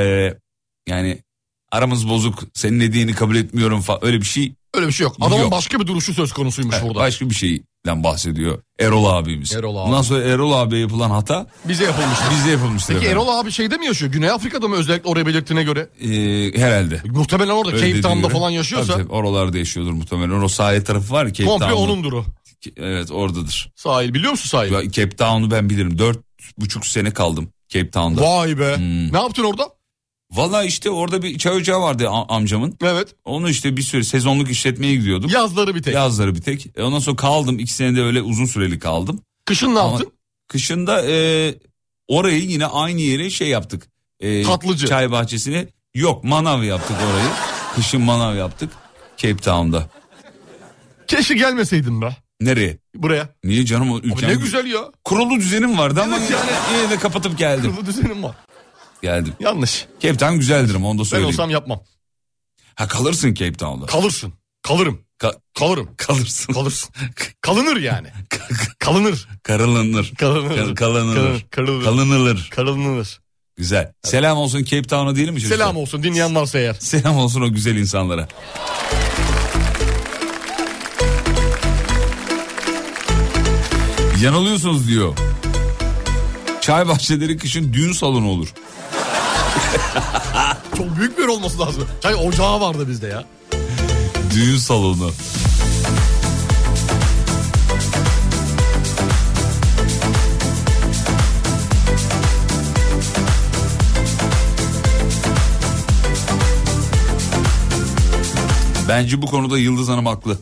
Yani aramız bozuk, senin dediğini kabul etmiyorum falan, öyle bir şey. Öyle bir şey yok. Adamın başka bir duruşu söz konusuymuş burada. Başka bir şeyden bahsediyor Errol abimiz. Bundan sonra Errol abiye yapılan hata bize yapılmıştır. Peki Errol abi şeyde mi yaşıyor? Güney Afrika'da mı, özellikle oraya belirttiğine göre? Herhalde. Muhtemelen orada Cape Town'da falan yaşıyorsa. Tabii, oralarda yaşıyordur muhtemelen. O sahil tarafı var, Cape Town'da. Komple onundur o. Evet, oradadır. Sahil, biliyor musun sahil? Cape Town'u ben bilirim. 4,5 sene kaldım Cape Town'da. Vay be. Ne yaptın orada? Valla işte orada bir çay ocağı vardı amcamın. Evet. Onu işte bir süre sezonluk işletmeye gidiyordum. Yazları bir tek. Ondan sonra kaldım. 2 senede öyle uzun süreli kaldım. Kışın ne yaptın? Kışında orayı yine aynı yere yaptık. Tatlıcı. Çay bahçesini. Yok, manav yaptık orayı. Kışın manav yaptık Cape Town'da. Keşke gelmeseydin be. Nereye? Buraya. Niye canım? Ülkem ne güzel ya. Kurulu düzenim vardı ama yani yine de kapatıp geldim. Kurulu düzenim var. Geldim. Yanlış. Cape Town güzeldir ama onu da söyleyeyim. Ben olsam yapmam. Kalırsın Cape Town'da. Kalırım. Kalırsın. Kalınır yani. Kalınır. Karılınır. Güzel. Selam olsun Cape Town'a değil mi çocuklar? Selam olsun dinleyen varsa eğer. Selam olsun o güzel insanlara. Yanılıyorsunuz diyor. Çay bahçeleri kışın düğün salonu olur. Çok büyük bir yer olması lazım. Çay ocağı vardı bizde ya. Düğün salonu. Bence bu konuda Yıldız Hanım haklı.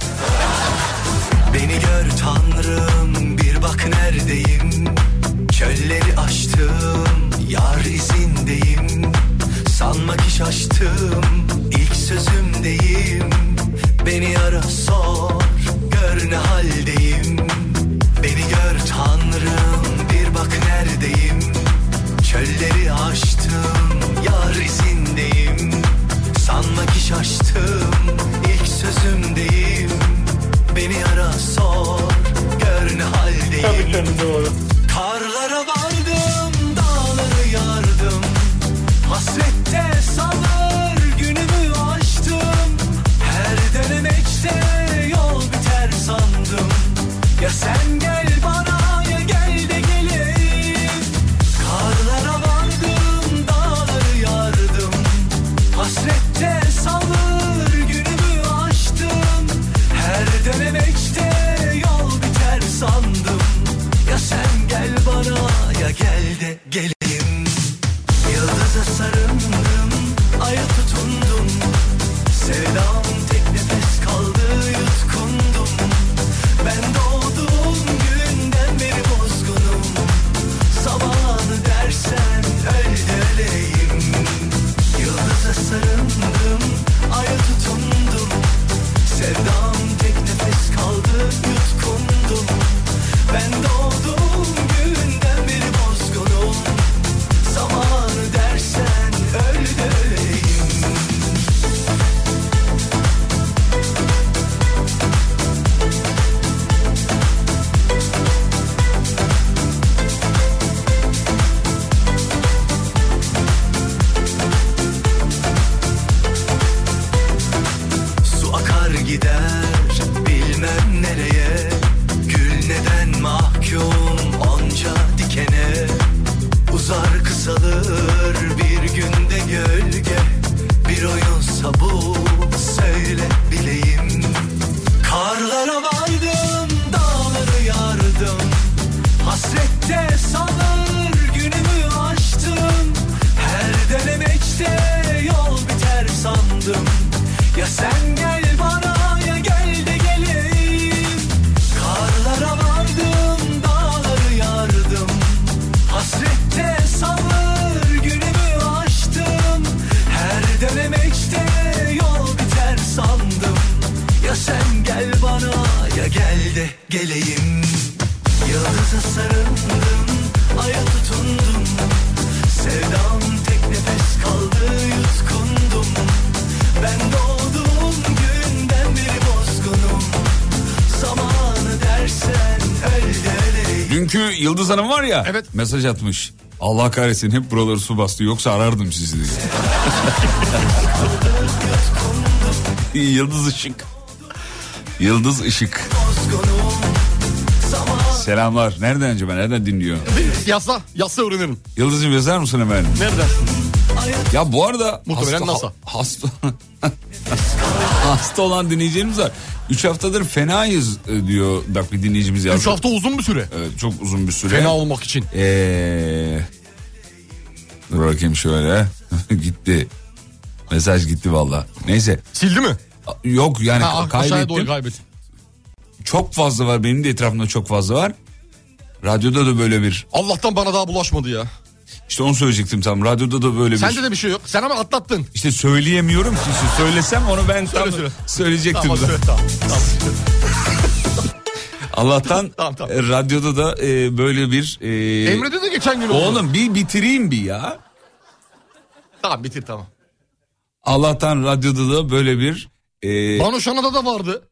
Beni gör Tanrım, bir bak neredeyim. Çölleri aştım, yar izindeyim. Sanma ki şaştım, ilk sözümdeyim. Beni ara sor, gör ne haldeyim. Beni gör Tanrım, bir bak neredeyim. Çölleri aştım, yar izindeyim. Sanma ki şaştım, ilk sözümdeyim. Beni ara sor, gör ne haldeyim. Tabii doğru. Karlara vardım, dağları yardım. Hasrette sabır, günümü aştım. Her denemekte yol biter sandım. Ya sen gel bana, ya gel de geleyim. Karlara vardım, dağları yardım. Hasrette sabır, günümü aştım. Her denemekte yol biter sandım. Ya sen gel bana, ya gel de geleyim. Yıldıza sarıldım, aya tutundum. Sevdam tek nefes kaldı, yutkundum. Ben doğduğum günden beri bozgunum. Zamanı dersen öl de öleyim. Yıldıza sarıldım, aya tutundum. Sevdam tek nefes kaldı, yutkundum. Ben doğduğum günden beri bozgunum. Zamanı dersen öl de öleyim. Su akar gider bilmem nereye. Gül neden mahkum onca dikene. Uzar kısalır bir günde gölge. Bir oyunsa bu, söyle bileyim. Karlara vardım, dağları yardım. Hasrette sabır, günümü aştım. Her denemekte yol biter sandım. Ya sen gel bana, ya gel de geleyim. Karlara vardım, dağları yardım. Hasrette sabır, günümü aştım. Her denemekte yol biter sandım. Ya sen gel bana, ya gel de geleyim. Yıldıza sarıldım, aya tutundum. Sevdam tek nefes kaldı, yutkundum. Ben doğduğum günden beri bozgunum. Zamanı dersen öl de öleyim. Dünkü Yıldız Hanım var ya, Evet. mesaj atmış. Allah kahretsin hep buraları su bastı yoksa arardım sizi diye. Yıldız Işık. Yıldız Işık. Selamlar. Nereden acaba? Nereden dinliyor? Yazsa öğrenirim. Yıldız'cığım yazar mısın hemen? Nereden? Ya bu arada Muhtemelen NASA. hasta olan dinleyicilerimiz var. 3 haftadır fenayız diyor. Bak bir dinleyicimiz yazdı. 3 hafta uzun bir süre. Evet, çok uzun bir süre. Fena olmak için. Dur bakayım şöyle. Gitti. Mesaj gitti valla. Neyse. Sildi mi? Yok yani Aşağıya kaybettim. doğru kaybettim. Çok fazla var. Benim de etrafımda çok fazla var. Radyoda da böyle bir. Allah'tan bana daha bulaşmadı ya. İşte onu söyleyecektim tam. Radyoda da böyle bir. Sende de bir şey yok. Sen ama atlattın. İşte söyleyemiyorum ki. Söylesem onu ben tam Söyle. söyleyecektim. Tamam, da. söyle, tamam. Allah'tan Tamam. radyoda da böyle bir... Emre'de de geçen gün oldu. Oğlum bir bitireyim bir ya. Tamam bitir tamam. Allah'tan radyoda da böyle bir... Banu Şana'da da vardı.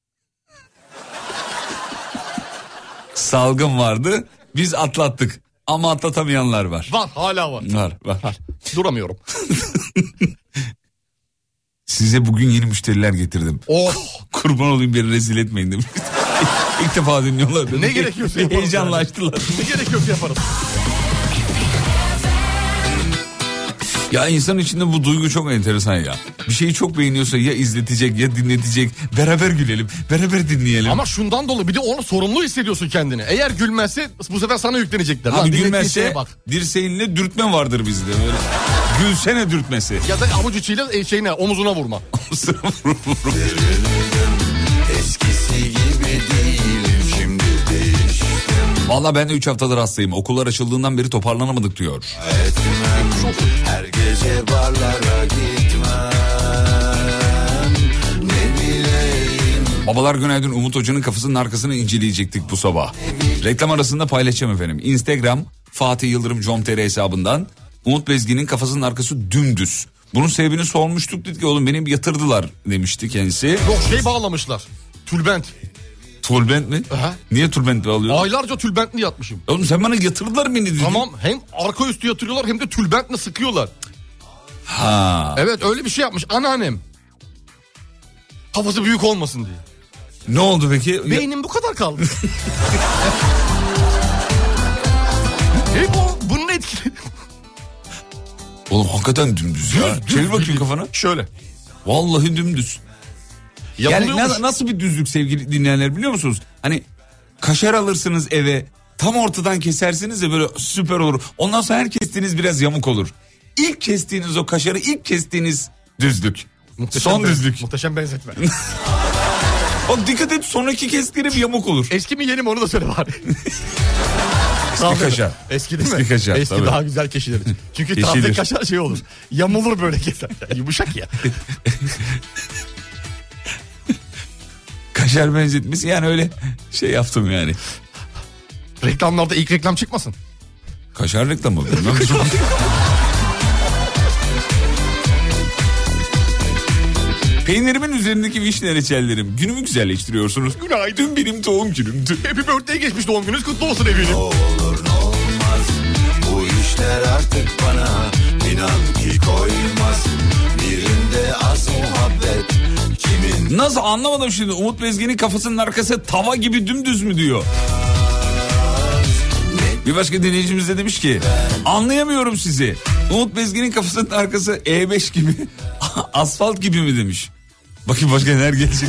salgın vardı. Biz atlattık. Ama atlatamayanlar var. Var, hala var. Var. Duramıyorum. Size bugün yeni müşteriler getirdim. Oh. Kurban olayım, beni rezil etmeyin demiş. İlk defa dinliyorlar. Ne gerekiyorsa yaparız. Heyecanlaştılar. Ne gerekiyorsa yaparız. Ya insan içinde bu duygu çok enteresan ya. Bir şeyi çok beğeniyorsa ya izletecek ya dinletecek. Beraber gülelim, beraber dinleyelim. Ama şundan dolayı bir de onu sorumlu hissediyorsun kendini. Eğer gülmezse bu sefer sana yüklenecekler. Abi gülmezse dirseğinle dürtme vardır bizde. Böyle. Gülsene dürtmesi. Ya da avuç içiyle omuzuna vurma. Eskisi gibi değilim, şimdi değiştim. Valla ben de 3 haftadır hastayım. Okullar açıldığından beri toparlanamadık diyor. Etmem, her gece barlara gitmem. Ne bileyim. Babalar günaydın. Umut Hoca'nın kafasının arkasını inceleyecektik bu sabah. Reklam arasında paylaşacağım efendim. Instagram Fatih Yıldırım com.tr hesabından Umut Bezgin'in kafasının arkası dümdüz. Bunun sebebini sormuştuk, dedik ki oğlum beni yatırdılar demişti kendisi. Yok bağlamışlar. Tülbent. Tülbent mi? Aha. Niye tülbent alıyorsun? Aylarca tülbentli yatmışım. Oğlum sen bana yatırdılar beni dedin. Tamam, hem arka üstü yatırıyorlar hem de tülbentle sıkıyorlar. Ha. Evet, öyle bir şey yapmış anneannem. Kafası büyük olmasın diye. Ne oldu peki? Beynim bu kadar kaldı. Bunun etkili. Oğlum hakikaten dümdüz ya. Çevir bakayım kafanı. Şöyle. Vallahi dümdüz. Yani Yapılıyormuş. nasıl bir düzlük sevgili dinleyenler biliyor musunuz? Hani kaşar alırsınız eve, tam ortadan kesersiniz ya, böyle süper olur. Ondan sonra her kestiğiniz biraz yamuk olur. İlk kestiğiniz o kaşarı, ilk kestiğiniz düzlük. Son düzlük. Muhteşem benzetme. Bak dikkat et, sonraki kestiğim yamuk olur. Eski mi yeni mi onu da söyle bari. Eski kaşar. Eski değil mi? Eski kaşar. Eski tabii. daha güzel keşilir. Çünkü taze kaşar şey olur. Yamulur böyle keserken. Yumuşak ya. Kaşar benzetmesi, yani öyle şey yaptım yani. Reklamlarda ilk reklam çıkmasın. Kaşar reklamı. Peynirimin üzerindeki vişne reçellerim. Günümü güzelleştiriyorsunuz. Günaydın, benim doğum günümdü. Happy birthday geçmiş, doğum gününüz kutlu olsun evinin. Olur ne olmaz, bu işler artık bana inan ki koymaz. Birinde az muhabbet, kimin... Nasıl anlamadım şimdi, Umut Bezgin'in kafasının arkası tava gibi dümdüz mü diyor. Bir başka dinleyicimiz de demiş ki anlayamıyorum sizi. Umut Bezgin'in kafasının arkası E5 gibi asfalt gibi mi demiş. Bakayım başka neler gelecek.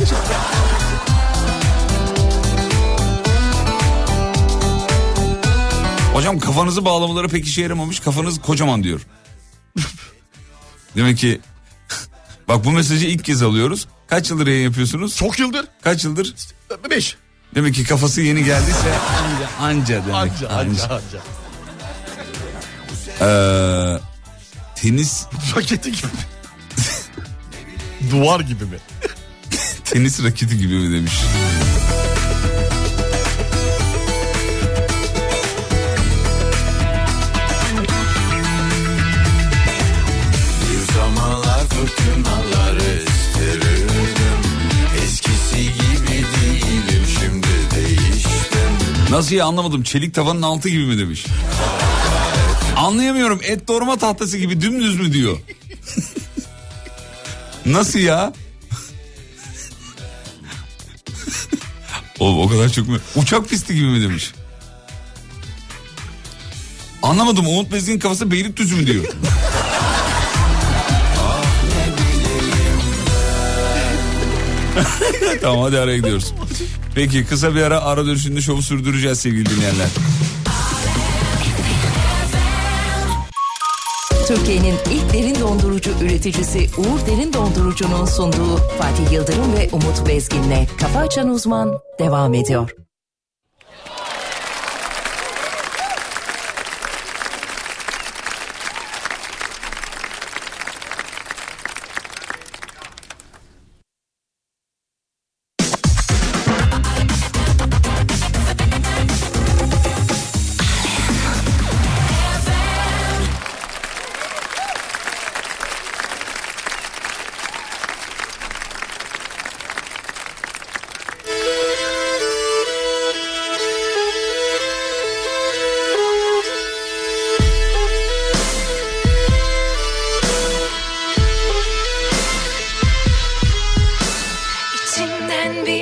Hocam kafanızı bağlamaları pek işe yaramamış, kafanız kocaman diyor. Demek ki bak bu mesajı ilk kez alıyoruz. Kaç yıldır yayın yapıyorsunuz? Çok yıldır. Kaç yıldır? 5. Demek ki kafası yeni geldiyse anca demek. Anca. Tenis Raketi gibi. Duvar gibi mi? tenis raketi gibi mi demiş. Bir zamanlar fırtınalar estirirdim. Eskisi gibi değilim, şimdi değiştim. Nasıl ya, anlamadım. Çelik tavanın altı gibi mi demiş. Anlayamıyorum. Et doğrama tahtası gibi dümdüz mü diyor. Nasıl ya? Oğlum o kadar çok mu? Uçak pisti gibi mi demiş. Anlamadım. Umut Bezgin'in kafası Beylikdüzü mü diyor. Tamam, hadi araya gidiyoruz. Peki kısa bir ara dönüşünde şovu sürdüreceğiz sevgili dinleyenler. Türkiye'nin ilk derin dondurucu üreticisi Uğur Derin Dondurucu'nun sunduğu Fatih Yıldırım ve Umut Bezgin'le Kafa Açan Uzman devam ediyor.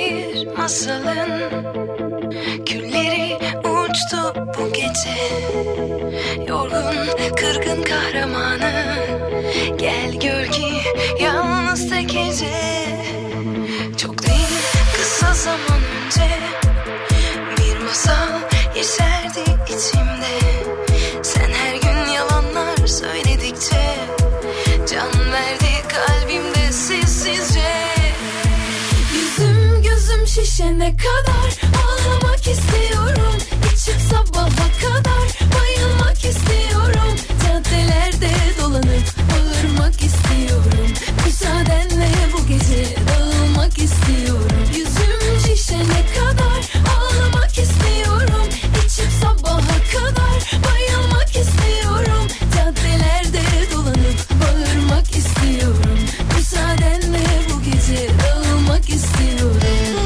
bir masalın külleri uçtu bu gece. Yorgun kırgın kahramanı gel gör ki yalnız tek gece. Çok değil kısa zaman önce bir masal yeşerdi içimde. Sen her gün yalanlar söyledikçe can verdi kalbimde sessizce. Yüzüm gözüm şişene kadar ağlamak istiyorum. İçip sabaha kadar bayılmak istiyorum. Caddelerde dolanıp bağırmak istiyorum. Müsaadenle bu gece dağılmak istiyorum. Yüzüm şişene kadar ağlamak istiyorum. İçip sabaha kadar bayılmak istiyorum. Caddelerde dolanıp bağırmak istiyorum. Müsaadenle bu gece dağılmak istiyorum.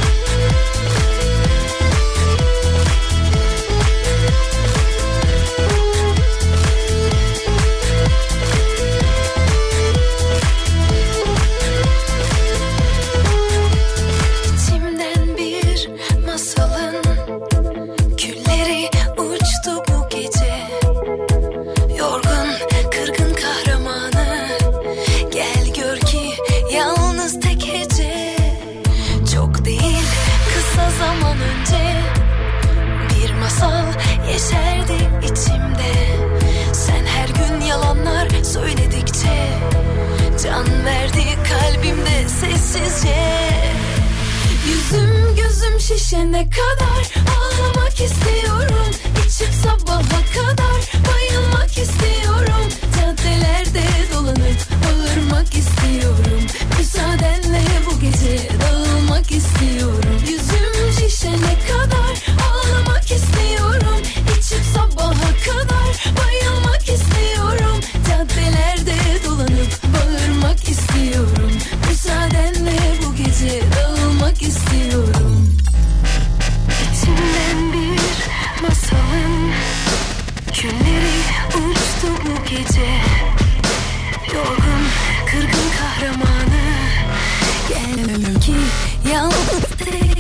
İçimden bir masalın külleri uçtu bu gece. Yorgun kırgın kahramanı gel gör ki yalnız tek hece. Çok değil kısa zaman önce bir masal yeşerdi içimde. Sen her gün yalanlar söyledikçe can verdi kalbimde sessizce. Yüzüm gözüm şişene kadar ağlamak istiyorum. İçip sabaha kadar bayılmak istiyorum. Caddelerde dolanıp bağırmak istiyorum. Müsaadenle bu gece dağılmak istiyorum. Yüzüm şişene kadar ağlamak istiyorum. İçip sabaha kadar bayılmak istiyorum. Caddelerde dolanıp bağırmak istiyorum. Müsaadenle bu gece dağılmak istiyorum. İçimden bir masalın külleri uçtu bu gece. Yorgun kırgın kahramanı gel ki yalnız tek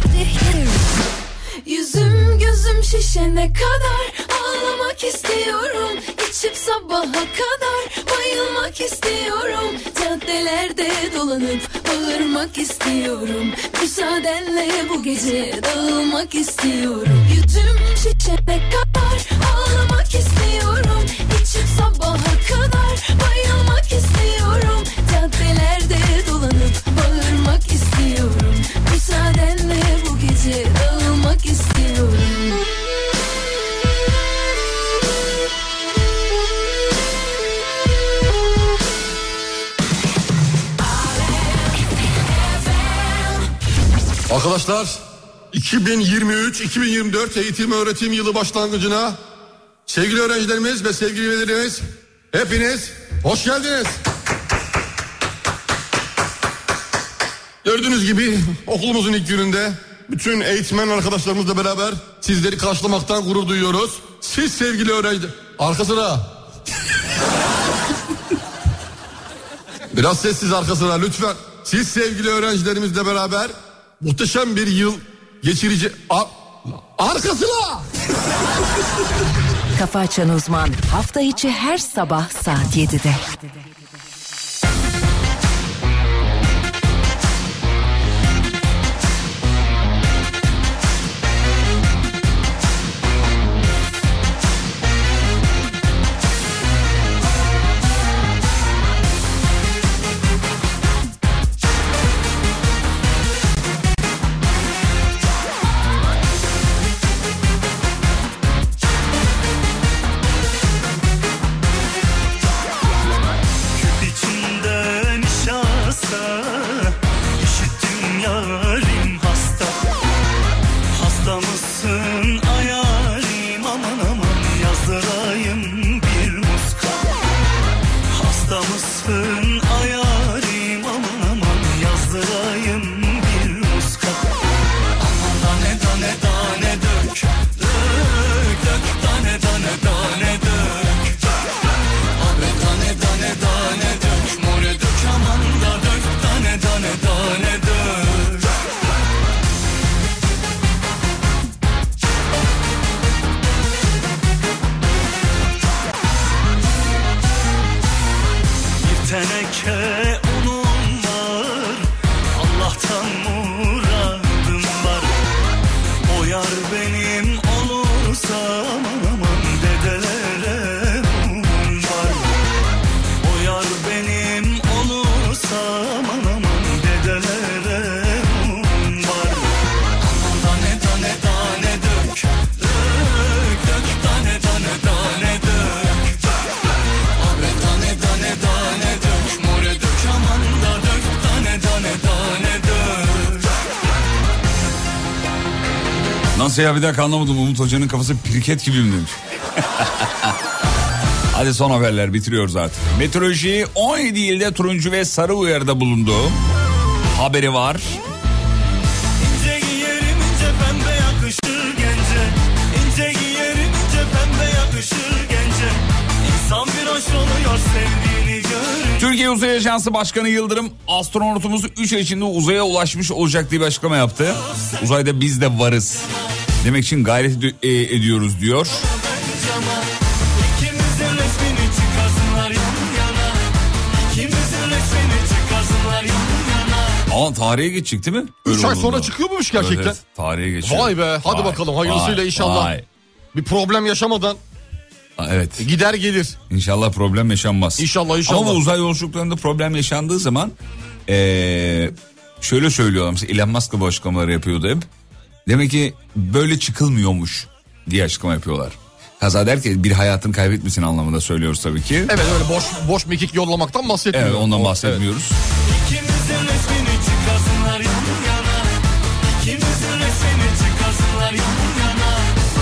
yüzüm gözüm şişene kadar ağlamak istiyorum. İçip sabaha kadar bayılmak istiyorum. Caddelerde dolanıp bağırmak istiyorum. Müsaadenle bu gece dağılmak istiyorum. Yüzüm şişene kadar ağlamak istiyorum. İçip sabaha kadar bayılmak istiyorum. Caddelerde dolanıp bağırmak istiyorum. Müsaadenle bu gece dağılmak istiyorum. Arkadaşlar 2023-2024 eğitim öğretim yılı başlangıcına sevgili öğrencilerimiz ve sevgili velilerimiz hepiniz hoş geldiniz. Gördüğünüz gibi okulumuzun ilk gününde bütün eğitmen arkadaşlarımızla beraber sizleri karşılamaktan gurur duyuyoruz. Siz sevgili öğrenciler arka sıra biraz sessiz arka sıra lütfen. Siz sevgili öğrencilerimizle beraber muhteşem bir yıl geçirici... Arkasına! Kafa Açan Uzman hafta içi her sabah saat 7'de. yar benim olursa aman aman dedelere var. O yar benim olursa aman aman dedelere var. Aman tane tane tane dök, dök dök tane tane tane dök. Abi tane tane tane dök, more dök aman da dök tane tane tane dök. Nasıl ya, bir dakika anlamadım. Umut Hoca'nın kafası pirket gibi mi demiş? Hadi son haberler, bitiriyoruz artık. Meteoroloji 17 ilde turuncu ve sarı uyarıda bulundu. Haberi var. İnce giyerim ince pembe yakışır gence. İnce giyerim ince pembe yakışır gence. İnsan bir hoş oluyor sevdiğini görünce. Türkiye Uzay Ajansı Başkanı Yıldırım, astronotumuz 3 ay içinde uzaya ulaşmış olacak diye bir açıklama yaptı. Uzayda biz de varız demek için gayret ediyoruz diyor. İkimizin resmini çıkarsınlar yan yana. İkimizin resmini çıkarsınlar yan yana. Ama tarihe geçecek değil mi? 3 ay Öyle sonra olduğunda. çıkıyormuş gerçekten. Evet, tarihe geçiyor. Vay be, hadi bakalım hayırlısıyla inşallah. Vay. Bir problem yaşamadan Evet. gider gelir. İnşallah problem yaşanmaz. İnşallah. Ama uzay yolculuklarında problem yaşandığı zaman şöyle söylüyorlar. Mesela Elon Musk bu açıklamaları yapıyordu hep. Demek ki böyle çıkılmıyormuş diye açıklama yapıyorlar. Kaza derken bir hayatını kaybetmesin anlamında söylüyoruz tabii ki. Evet, öyle boş mekik yollamaktan bahsetmiyoruz. Evet, ondan bahsetmiyoruz. İkimizin resmini çıkarsınlar yan yana. İkimizin resmini çıkarsınlar yan yana.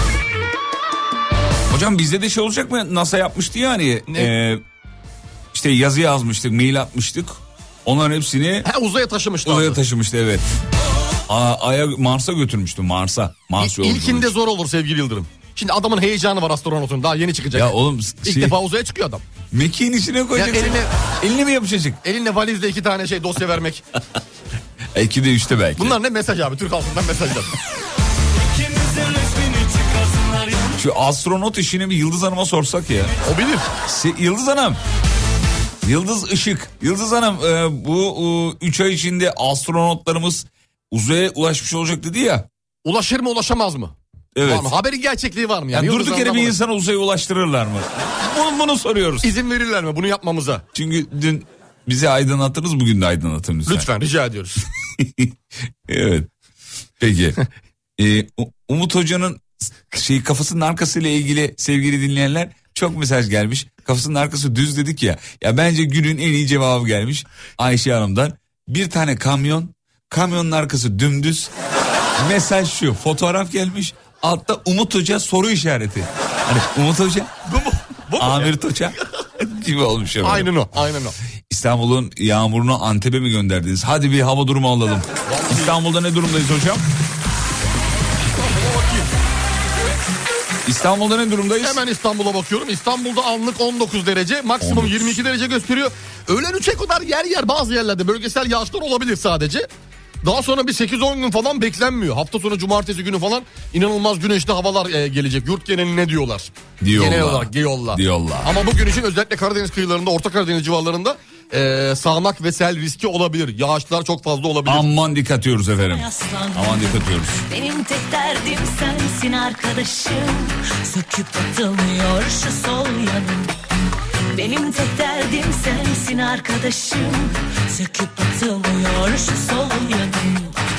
Hocam bizde de şey olacak mı? NASA yapmıştı yani. İşte yazı yazmıştık, mail atmıştık. Onların hepsini uzaya taşımışlar. Uzaya taşımıştı, evet. Ay'a, Mars'a götürmüştü. Mars yolculuğu. İlkinde zor olur sevgili Yıldırım. Şimdi adamın heyecanı var, astronotun daha yeni çıkacak. Ya oğlum İlk defa uzaya çıkıyor adam. mekiğin içine koyacaksın. Eline mi yapışacak? Elinle valizle 2 tane dosya vermek. 2'de 3'te belki. Bunlar ne mesaj abi, Türk halkından mesajlar. İkimizin resmini çıkarsınlar yan. Şu astronot işini bir Yıldız Hanım'a sorsak ya. O bilir. Yıldız Hanım. Yıldız Işık. Yıldız Hanım, bu 3 ay içinde astronotlarımız uzaya ulaşmış olacak dedi ya. Ulaşır mı ulaşamaz mı? Evet. Var mı? Haberin gerçekliği var mı? Yani durduk yere bir insana uzaya ulaştırırlar mı? Bunu soruyoruz. İzin verirler mi bunu yapmamıza? Çünkü dün bizi aydınlattınız, bugün de aydınlatın lütfen. Lütfen rica ediyoruz. Evet. Peki. Umut Hoca'nın kafasının arkasıyla ilgili sevgili dinleyenler çok mesaj gelmiş. Kafasının arkası düz dedik ya. Ya bence günün en iyi cevabı gelmiş Ayşe Hanım'dan. Bir tane kamyonun arkası dümdüz. Mesaj şu, fotoğraf gelmiş. Altta Umut Hoca soru işareti. Hani Umut Hoca, bu Amir Hoca gibi olmuş. Aynen o. İstanbul'un yağmurunu Antep'e mi gönderdiniz? Hadi bir hava durumu alalım. İstanbul'da ne durumdayız hocam? İstanbul'da ne durumdayız? Hemen İstanbul'a bakıyorum. İstanbul'da anlık 19 derece, maksimum 19. 22 derece gösteriyor. Öğlen 3'e kadar yer bazı yerlerde bölgesel yağışlar olabilir sadece. Daha sonra bir 8-10 gün falan beklenmiyor. Hafta sonu cumartesi günü falan inanılmaz güneşli havalar gelecek. Yurt geneline diyorlar. Genel olarak diyorlar. Ama bugün için özellikle Karadeniz kıyılarında, Orta Karadeniz civarlarında sağanak ve sel riski olabilir. Yağışlar çok fazla olabilir. Aman dikkat ediyoruz efendim. Aman dikkat ediyoruz. Benim tek derdim sensin arkadaşım. Söküp atılmıyor şu sol yanım. Benim tek derdim sensin arkadaşım. Söküp atılmıyor şu sol yanım.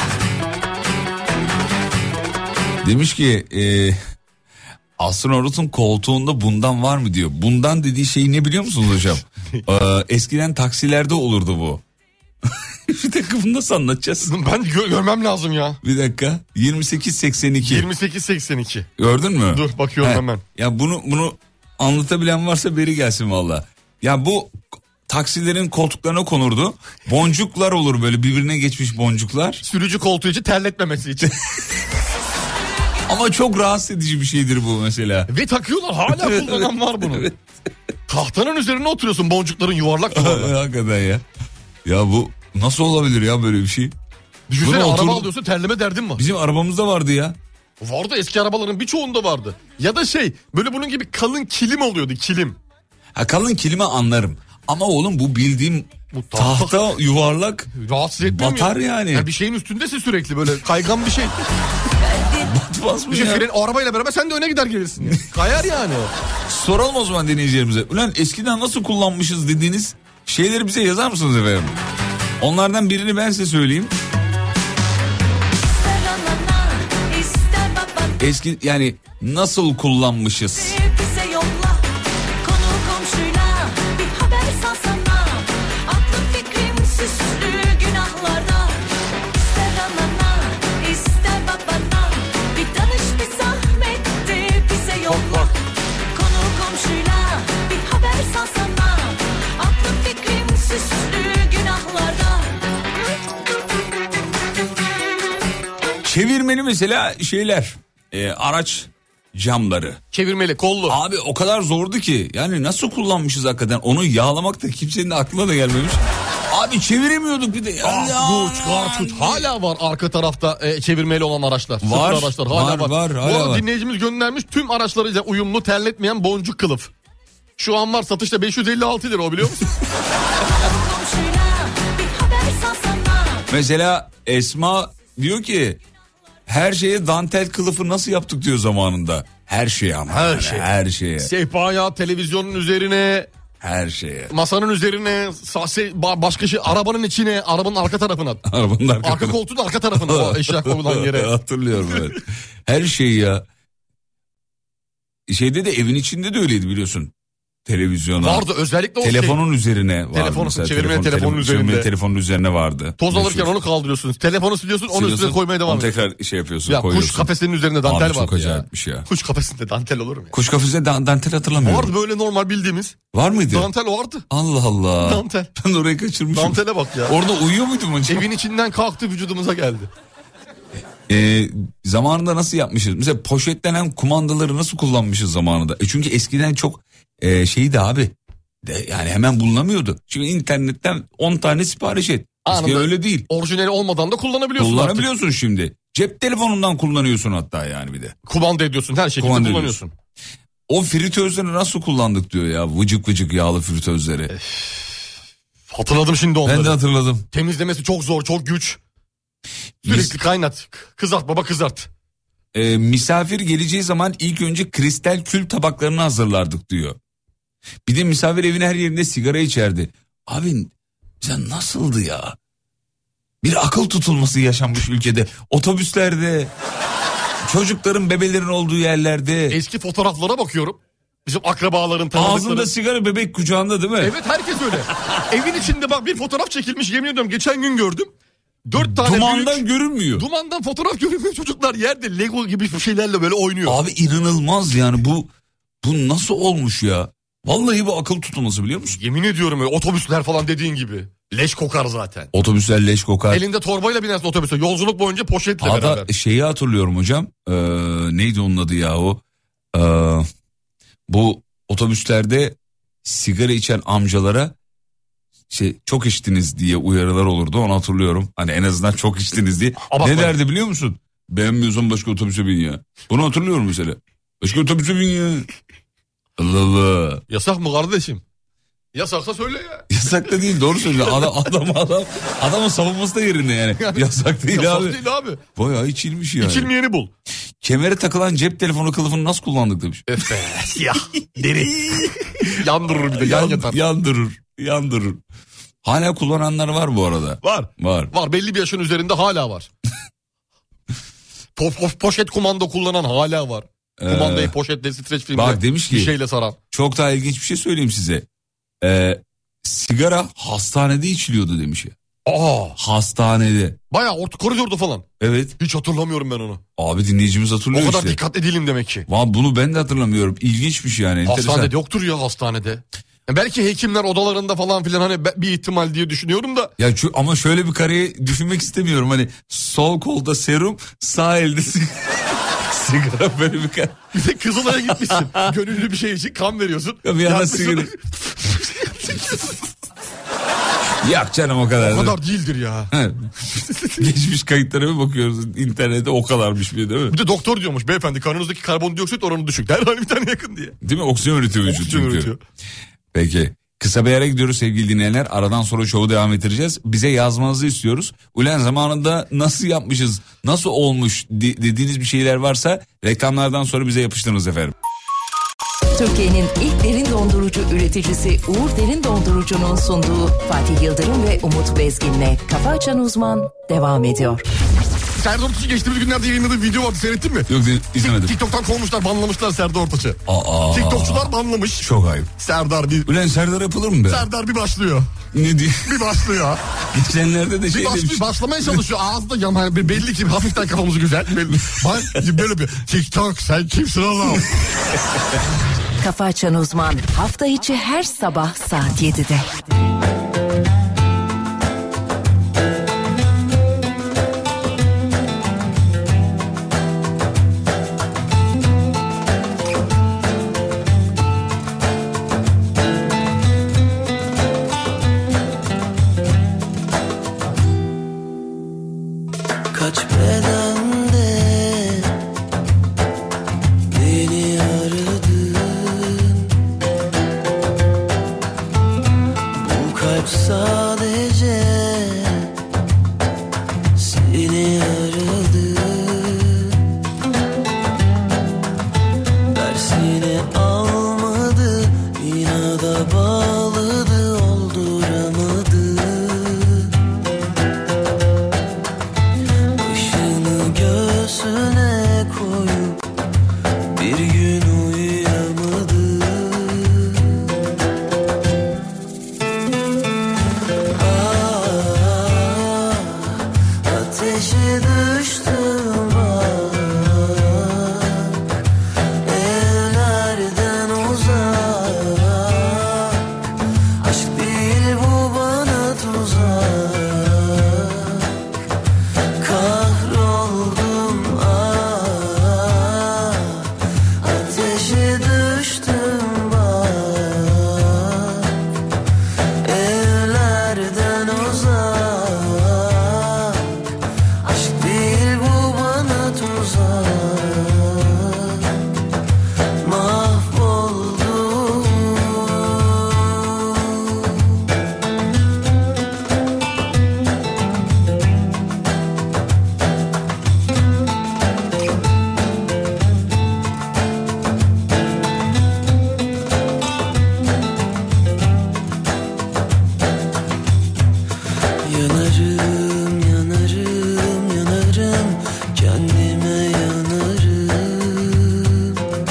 Demiş ki astronotun koltuğunda bundan var mı diyor. Bundan dediği şey ne biliyor musunuz hocam? Eskiden taksilerde olurdu bu. Bir dakika, bunu nasıl anlatacağız? Ben görmem lazım ya. Bir dakika. 2882. 2882. Gördün mü? Dur bakıyorum hemen. Ya bunu anlatabilen varsa beri gelsin valla. Ya bu taksilerin koltuklarına konurdu. Boncuklar olur böyle, birbirine geçmiş boncuklar. Sürücü koltuğu için, terletmemesi için. Ama çok rahatsız edici bir şeydir bu mesela. Ve takıyorlar, hala kullanan var bunu. Evet. Tahtanın üzerine oturuyorsun, boncukların yuvarlak. Hakikaten ya. Ya bu nasıl olabilir ya böyle bir şey? Düşünsene, araba alıyorsun, terleme derdin var. Bizim arabamızda vardı ya. Vardı, eski arabaların birçoğunda vardı. Ya da böyle bunun gibi kalın kilim oluyordu, kilim. Ha, kalın kilimi anlarım. Ama oğlum bu bildiğim tahta yuvarlak rahatsız etmiyor mu batar ya? yani. Bir şeyin üstündesin sürekli böyle kaygan bir şey. Batmaz mı Bir şey ya? fren, o arabayla beraber sen de öne gider gelirsin. Ya. Kayar yani. Soralım o zaman dinleyicilerimize. Ulan eskiden nasıl kullanmışız dediğiniz şeyleri bize yazar mısınız efendim? Onlardan birini ben size söyleyeyim. Eski yani nasıl kullanmışız? Bize yolla, konu komşuyla bir haber salsana. Aklım fikrim süslü günahlarda. İster anana, ister babana. Bir danış bir zahmetti bize yolla. Konu komşuyla bir haber salsana. Aklım fikrim süslü günahlarda. Çevirmeli mesela şeyler. Araç camları. Çevirmeli, kollu. Abi o kadar zordu ki. Yani nasıl kullanmışız hakikaten. Onu yağlamak da kimsenin de aklına da gelmemiş. Abi çeviremiyorduk bir de. Kartuç. Hala var arka tarafta çevirmeli olan araçlar. Var. Sıfır araçlar hala var. Bu hala arada var. dinleyicimiz göndermiş tüm araçlarıyla uyumlu terletmeyen boncuk kılıf. Şu an var satışta 556 lira o, biliyor musun? Komşuyla bir haber salsana. Mesela Esma diyor ki her şeye dantel kılıfı nasıl yaptık diyor zamanında. Her şeye ama. Her şey. Her şeye. Sehpaya, televizyonun üzerine, Her şeye. masanın üzerine, başka şey, arabanın içine, arabanın arka tarafına. Arabanın Arka koltuğun arka tarafına o eşya konulan yere. Hatırlıyorum evet. Her şey ya. Şeyde de evin içinde de öyleydi biliyorsun. Televizyona. Vardı özellikle o telefonun üzerine vardı. Telefonu, mesela. çevirmeli telefonun üzerinde. Çevirmeli telefonun üzerine vardı. Toz alırken Meşhur. onu kaldırıyorsunuz. Telefonu siliyorsun, onu üstüne koymaya devam onu ediyorsun. tekrar şey yapıyorsun, Ya koyuyorsun. kuş kafesinin üzerinde dantel Abi çok vardı ya. acayipmiş ya. Kuş kafesinde dantel olur mu ya? Kuş kafesinde dantel hatırlamıyorum. Vardı böyle normal bildiğimiz. Var mıydı? Dantel vardı. Allah Allah. Dantel. Ben orayı kaçırmışım. Dantele bak ya. Orada uyuyor muydum acaba? Evin içinden kalktı, vücudumuza geldi. Zamanında nasıl yapmışız? Mesela poşetlenen kumandaları nasıl kullanmışız zamanında? Çünkü eskiden çok şeydi abi. Yani hemen bulunamıyordu. Çünkü internetten 10 tane sipariş et. Eskiden öyle değil. Orijinali olmadan da kullanabiliyorsun Kullanabiliyorsun artık. Şimdi. Cep telefonundan kullanıyorsun hatta yani bir de. Kumanda ediyorsun, her şekilde Kumanda kullanıyorsun. O fritözleri nasıl kullandık diyor ya. Vıcık vıcık yağlı fritözleri. Hatırladım şimdi onları. Ben de hatırladım. Temizlemesi çok zor, çok güç. Sürekli kaynat. Kızart baba, kızart. Misafir geleceği zaman ilk önce kristal kül tabaklarını hazırlardık diyor. Bir de misafir evin her yerinde sigara içerdi. Abi sen nasıldı ya? Bir akıl tutulması yaşanmış ülkede. Otobüslerde, çocukların, bebelerin olduğu yerlerde. Eski fotoğraflara bakıyorum. Bizim akrabaların, tanıdıkların. Ağzında sigara, bebek kucağında değil mi? Evet, herkes öyle. Evin içinde bak bir fotoğraf çekilmiş, yemin ediyorum geçen gün gördüm. 4 tane dumandan büyük, görünmüyor. Dumandan fotoğraf görünmüyor, çocuklar yerde Lego gibi şeylerle böyle oynuyor. Abi inanılmaz yani bu nasıl olmuş ya? Vallahi bu akıl tutulması, biliyor musun? Yemin ediyorum öyle, otobüsler falan dediğin gibi. Leş kokar zaten. Otobüsler leş kokar. Elinde torbayla binersin otobüse. Yolculuk boyunca poşetle Hatta beraber. şeyi hatırlıyorum hocam. Neydi onun adı ya o? Bu otobüslerde sigara içen amcalara çok içtiniz diye uyarılar olurdu, onu hatırlıyorum. Hani en azından çok içtiniz diye. Ne derdi biliyor musun? Beğenmiyorsan başka otobüse bin ya. Bunu hatırlıyorum mesela. Başka otobüse bin ya. Allah Allah. Yasak mı kardeşim? Yasaksa söyle ya. Yasak da değil, doğru söylüyor. Adamın savunması da yerinde yani. Yasak değil Yasak abi. değil abi. Bayağı içilmiş yani. İçilmeyeni bul. Kemere takılan cep telefonu kılıfını nasıl kullandık demiş. Efe siyah deri. Yandırır bir de yan yatar. Yandırır. Hala kullananlar var bu arada. Var, belli bir yaşın üzerinde hala var. Poşet kumanda kullanan hala var. Kumandayı poşetle, streç filmle bak demiş ki, bir şeyle saran. Çok daha ilginç bir şey söyleyeyim size. Sigara hastanede içiliyordu demiş ya. Hastanede. Bayağı koridorda falan. Evet. Hiç hatırlamıyorum ben onu. Abi dinleyicimiz hatırlıyor işte. O kadar işte. dikkatli değilim demek ki. Bunu ben de hatırlamıyorum. İlginçmiş yani. Hastanede enteresan. yoktur ya, hastanede. Belki hekimler odalarında falan filan, hani bir ihtimal diye düşünüyorum da. Ya ama şöyle bir kareyi düşünmek istemiyorum. Hani sol kolda serum, sağ elde sigara, böyle bir kare. Bir de Kızılay'a gitmişsin. Gönüllü bir şey için kan veriyorsun. Ya bir yana sigara. Yok canım, o kadar. O kadar değildir ya. Geçmiş kayıtlara bir bakıyoruz internette, o kadarmış bir, değil mi? Bir de doktor diyormuş, beyefendi kanınızdaki karbondioksit oranı düşük. Derhal bir tane yakın diye. Değil mi? Oksijen üretiyor vücut çünkü. Üretiyor. Peki. Kısa bir ara gidiyoruz sevgili dinleyenler. Aradan sonra şovu devam ettireceğiz. Bize yazmanızı istiyoruz. Ulan zamanında nasıl yapmışız, nasıl olmuş dediğiniz bir şeyler varsa reklamlardan sonra bize yapıştırınız efendim. Türkiye'nin ilk derin dondurucu üreticisi Uğur Derin Dondurucu'nun sunduğu Fatih Yıldırım ve Umut Bezgin'le Kafa Açan Uzman devam ediyor. Serdar Ortaç'ı geçtiğimiz günlerde yayınladığı video vardı, seyrettin mi? Yok, izlemedim. TikTok'tan kovmuşlar, banlamışlar Serdar Ortaç'ı. TikTokçular banlamış. Çok ayıp. Serdar bir... Ulan Serdar yapılır mı be? Serdar bir başlıyor. Ne diye? Bir başlıyor. Geçenlerde de bir başlamaya çalışıyor. Ağzında yani belli ki hafiften kafamız güzel. Böyle bir TikTok sen kimsin oğlum? Kafa Açan Uzman hafta içi her sabah saat 7'de. Kaç bedende beni aradın, bu kalp sadece seni aradı. Dersini almadı, inada bağladı, olduramadı. Göğsüne koyup bir gün uyuyamadı. Ateşe düştüm bak, evlerden uzak. Aşk değil bu bana tuzak. Kahroldum ateşe düştüm bak, evlerden uzak. Aşk değil bu bana tuzak. Mahvoldum. Yanarım, yanarım, yanarım, kendime yanarım.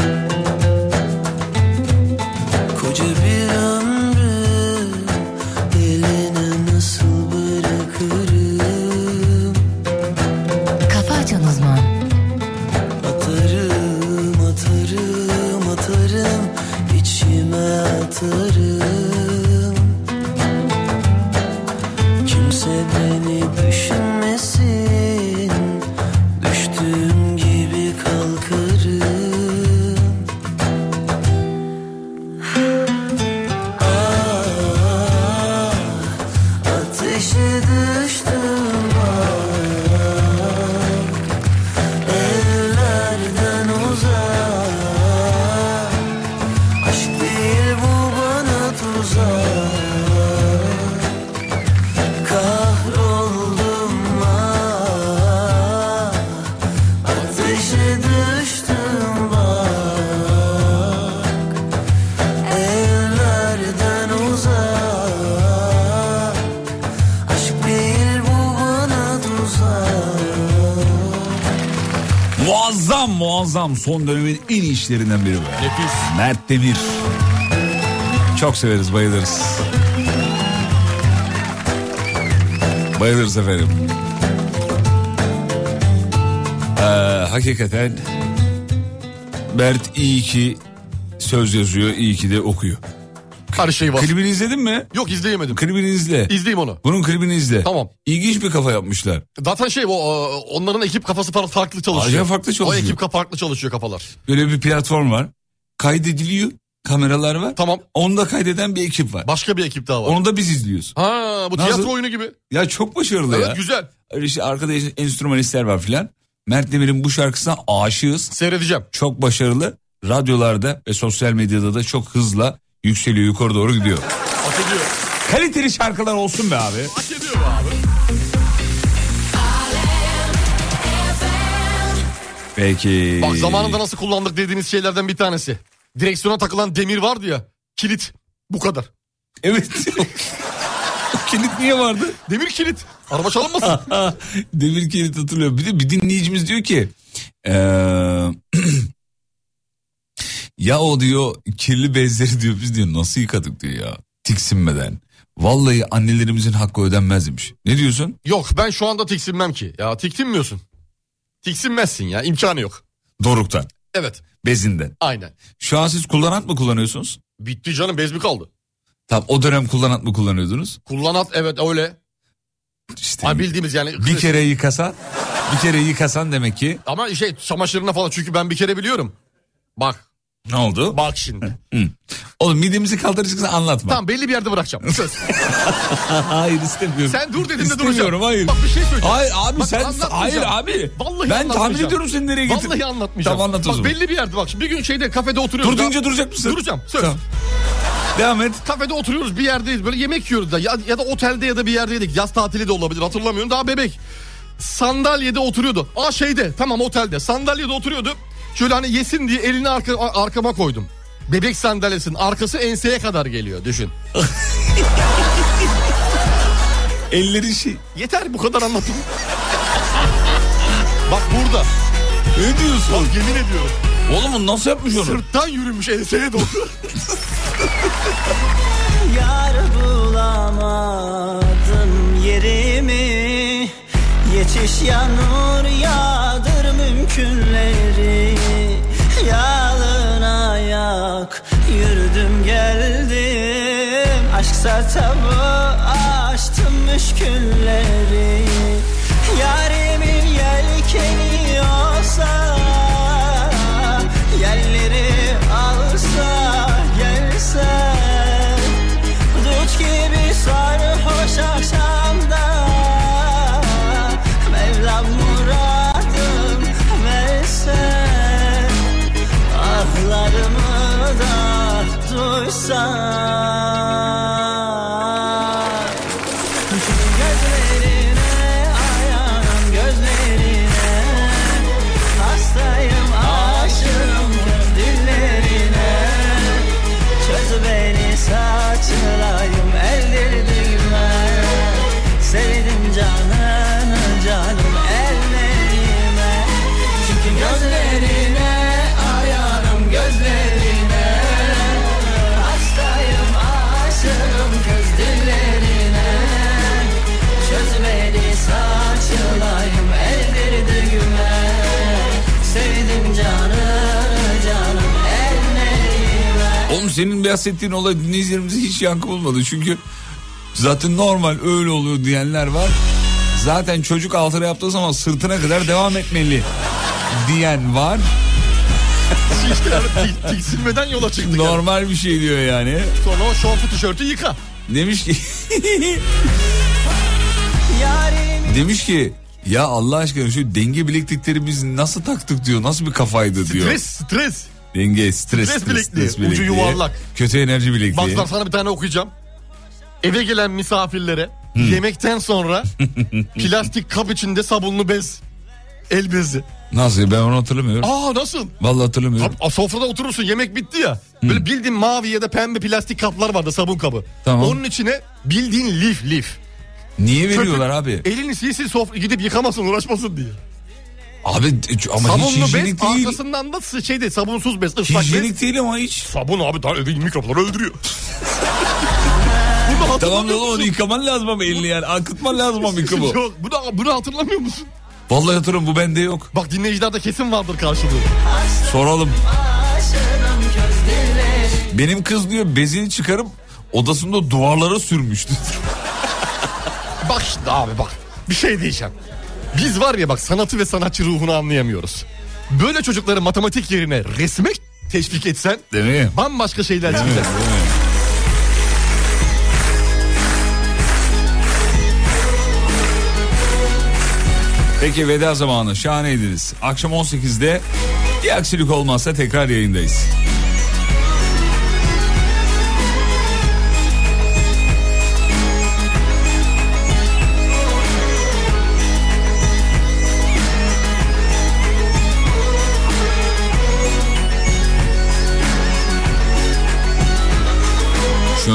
Koca bir ömrü eline nasıl bırakırım? Kafa Açan Uzman. Atarım, atarım, atarım, içime atarım. Kimse beni düşünmesin, düştüğüm gibi kalkarım. Ateşe düştüm bak, evlerden uzak. Aşk değil bu bana tuzak. Kahroldum ateşe düştüm bak, evlerden uzak. Aşk değil bu bana tuzak. Muazzam son dönemin en iyi işlerinden biri be. Nefis. Mert Demir. Çok severiz, bayılırız. Bayılırız efendim. Hakikaten Mert iyi ki söz yazıyor, iyi ki de okuyor. Her şey var. Klibini izledin mi? Yok, izleyemedim. Klibini izle. İzleyeyim onu. Bunun klibini izle. Tamam. İlginç bir kafa yapmışlar. Zaten onların ekip kafası farklı çalışıyor. Acayip farklı çalışıyor. O ekip farklı çalışıyor kafalar. Böyle bir platform var. Kaydediliyor. Kameralar var. Tamam. Onu da kaydeden bir ekip var. Başka bir ekip daha var. Onu da biz izliyoruz. Ha, bu nasıl? tiyatro oyunu gibi. Ya çok başarılı evet, ya. güzel. Öyle işte arkada enstrümanistler var filan. Mert Demir'in bu şarkısına aşığız. Seyredeceğim. Çok başarılı. Radyolarda ve sosyal medyada da çok hızla yükseliyor, yukarı doğru gidiyor. Hak ediyor. Kaliteli şarkılar olsun be abi. Hak ediyor be abi. Peki. Bak zamanında nasıl kullandık dediğiniz şeylerden bir tanesi. Direksiyona takılan demir vardı ya. Kilit. Bu kadar. Evet. Kilit niye vardı? Demir kilit. Araba çalınmasın. Demir kilit hatırlıyorum. Bir de bir dinleyicimiz diyor ki ya o diyor kirli bezleri diyor biz diyor nasıl yıkadık diyor ya tiksinmeden. Vallahi annelerimizin hakkı ödenmez demiş. Ne diyorsun? Yok ben şu anda tiksinmem ki. Ya tiksinmiyorsun. Tiksinmezsin ya, imkanı yok. Doruktan. Evet. Bezinden. Aynen. Şu an siz kullanat mı kullanıyorsunuz? Bitti canım, bez mi kaldı? Tamam, o dönem kullanat mı kullanıyordunuz? Kullanat, evet öyle. İşte Ay bildiğimiz yani. Bir kere yıkasan demek ki. Ama çamaşırına falan, çünkü ben bir kere biliyorum. Bak. Ne oldu? Bak şimdi. Oğlum midemizi kaldıracaksın, anlatma. Tamam, belli bir yerde bırakacağım. Söz. Hayır, istemiyorum. Sen dur dediğinde duracağım. İstemiyorum, hayır. Bak bir şey söyleyeceğim. Hayır abi, bak, hayır abi. Vallahi ben tahmin ediyorum seni nereye getir. Vallahi anlatmayacağım. Tamam, anlat o bak, zaman. belli bir yerde bak. Şimdi bir gün kafede oturuyoruz. Dur deyince duracak mısın? Duracağım. Söz. Tamam. Devam et. Kafede oturuyoruz, bir yerdeyiz. Böyle yemek yiyoruz da ya da otelde ya da bir yerdeydik. Yaz tatili de olabilir, hatırlamıyorum. Daha bebek. Sandalyede oturuyordu. Tamam, otelde. Sandalyede oturuyordu. Şöyle hani yesin diye elini arkama koydum. Bebek sandalyesinin arkası enseye kadar geliyor, düşün. Elleri Yeter, bu kadar anlatım. Bak burada. Ne diyorsun? Bak, yemin ediyorum. Oğlum nasıl yapmış onu? Sırttan yürümüş enseye doğru. Yar bulamadım yerimi, yetiş yanur yağdır mümkünleri. Yalın ayak yürüdüm geldim, aşk sertabı açtım müşkülleri. Yarimin yelkeni olsa, yerleri alsa gelsen, dut gibi sarhoş akşamda, Mevlam muradım versen, ahlarımı da duysan. Gözlerine ayağım, gözlerine hastayım, aşığım dillerine. Çöz beni, saçılayım ellerime. Sevdim canını canım ellerime. Çünkü gözlerine ayağım, gözlerine hastayım, aşığım kız dillerine. Çöz beni, saçılayım ellerime. Sevdim canını canım ellerime. Oğlum senin bahsettiğin olay dinleyicilerimize hiç yankı bulmadı. Çünkü zaten normal öyle oluyor diyenler var. Zaten çocuk altına yaptığı zaman sırtına kadar devam etmeli diyen var. Tiksinmeden yola çıktık. Normal yani. Bir şey diyor yani. Sonra o şortu tişörtü yıka. Demiş ki ya Allah aşkına şu denge bileklikleri biz nasıl taktık diyor. Nasıl bir kafaydı diyor. Stres. Denge, stres bilekliği. Ucu yuvarlak. Kötü enerji bilekliği. Bak sana bir tane okuyacağım. Eve gelen misafirlere yemekten sonra plastik kap içinde sabunlu bez. El bezi. Nasıl? Ben onu hatırlamıyorum. Nasıl? Vallahi hatırlamıyorum. Sofrada oturursun, yemek bitti ya. Böyle bildiğin mavi ya da pembe plastik kaplar vardı, sabun kabı. Tamam. Onun içine bildiğin lif. Niye veriyorlar abi? Elini sil sofra gidip yıkamasın, uğraşmasın diye. Abi ama sabunlu hiç hijyenik bez, değil. arkasından da sabunsuz bez, ıslak bez. Hijyenik değil ama hiç. Sabun abi daha mikropları öldürüyor. Tamam oğlum, onu yıkaman lazım ama elini yani. Akıtman lazım ama yıkamı. Bunu hatırlamıyor musun? Vallahi hatırlıyorum, bu bende yok. Bak dinleyicilerde kesin vardır karşılığı. Soralım. Benim kız diyor bezini çıkarıp odasında duvarlara sürmüştü. Bak şimdi abi bak. Bir şey diyeceğim. Biz var ya bak, sanatı ve sanatçı ruhunu anlayamıyoruz. Böyle çocukları matematik yerine resme teşvik etsen, değil mi? Bambaşka şeyler çıkacak. Peki veda zamanı, şahaneydiniz. Akşam 18'de bir aksilik olmazsa tekrar yayındayız.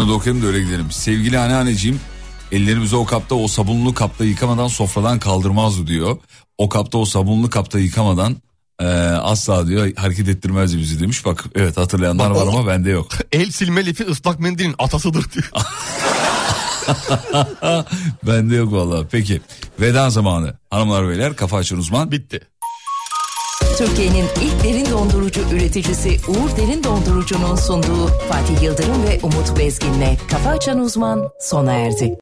da okuyalım da öyle gidelim. Sevgili anneanneciğim, ellerimizi o kapta, o sabunlu kapta yıkamadan sofradan kaldırmazdı diyor. O kapta, o sabunlu kapta yıkamadan asla diyor hareket ettirmezdi bizi demiş. Bak evet, hatırlayanlar var ama bende yok. El silme lifi ıslak mendilin atasıdır diyor. Bende yok vallahi. Peki veda zamanı. Hanımlar beyler, Kafa Açan Uzman bitti. Türkiye'nin ilk derin dondurucu üreticisi Uğur Derin Dondurucu'nun sunduğu Fatih Yıldırım ve Umut Bezgin'le Kafa Açan Uzman sona erdi.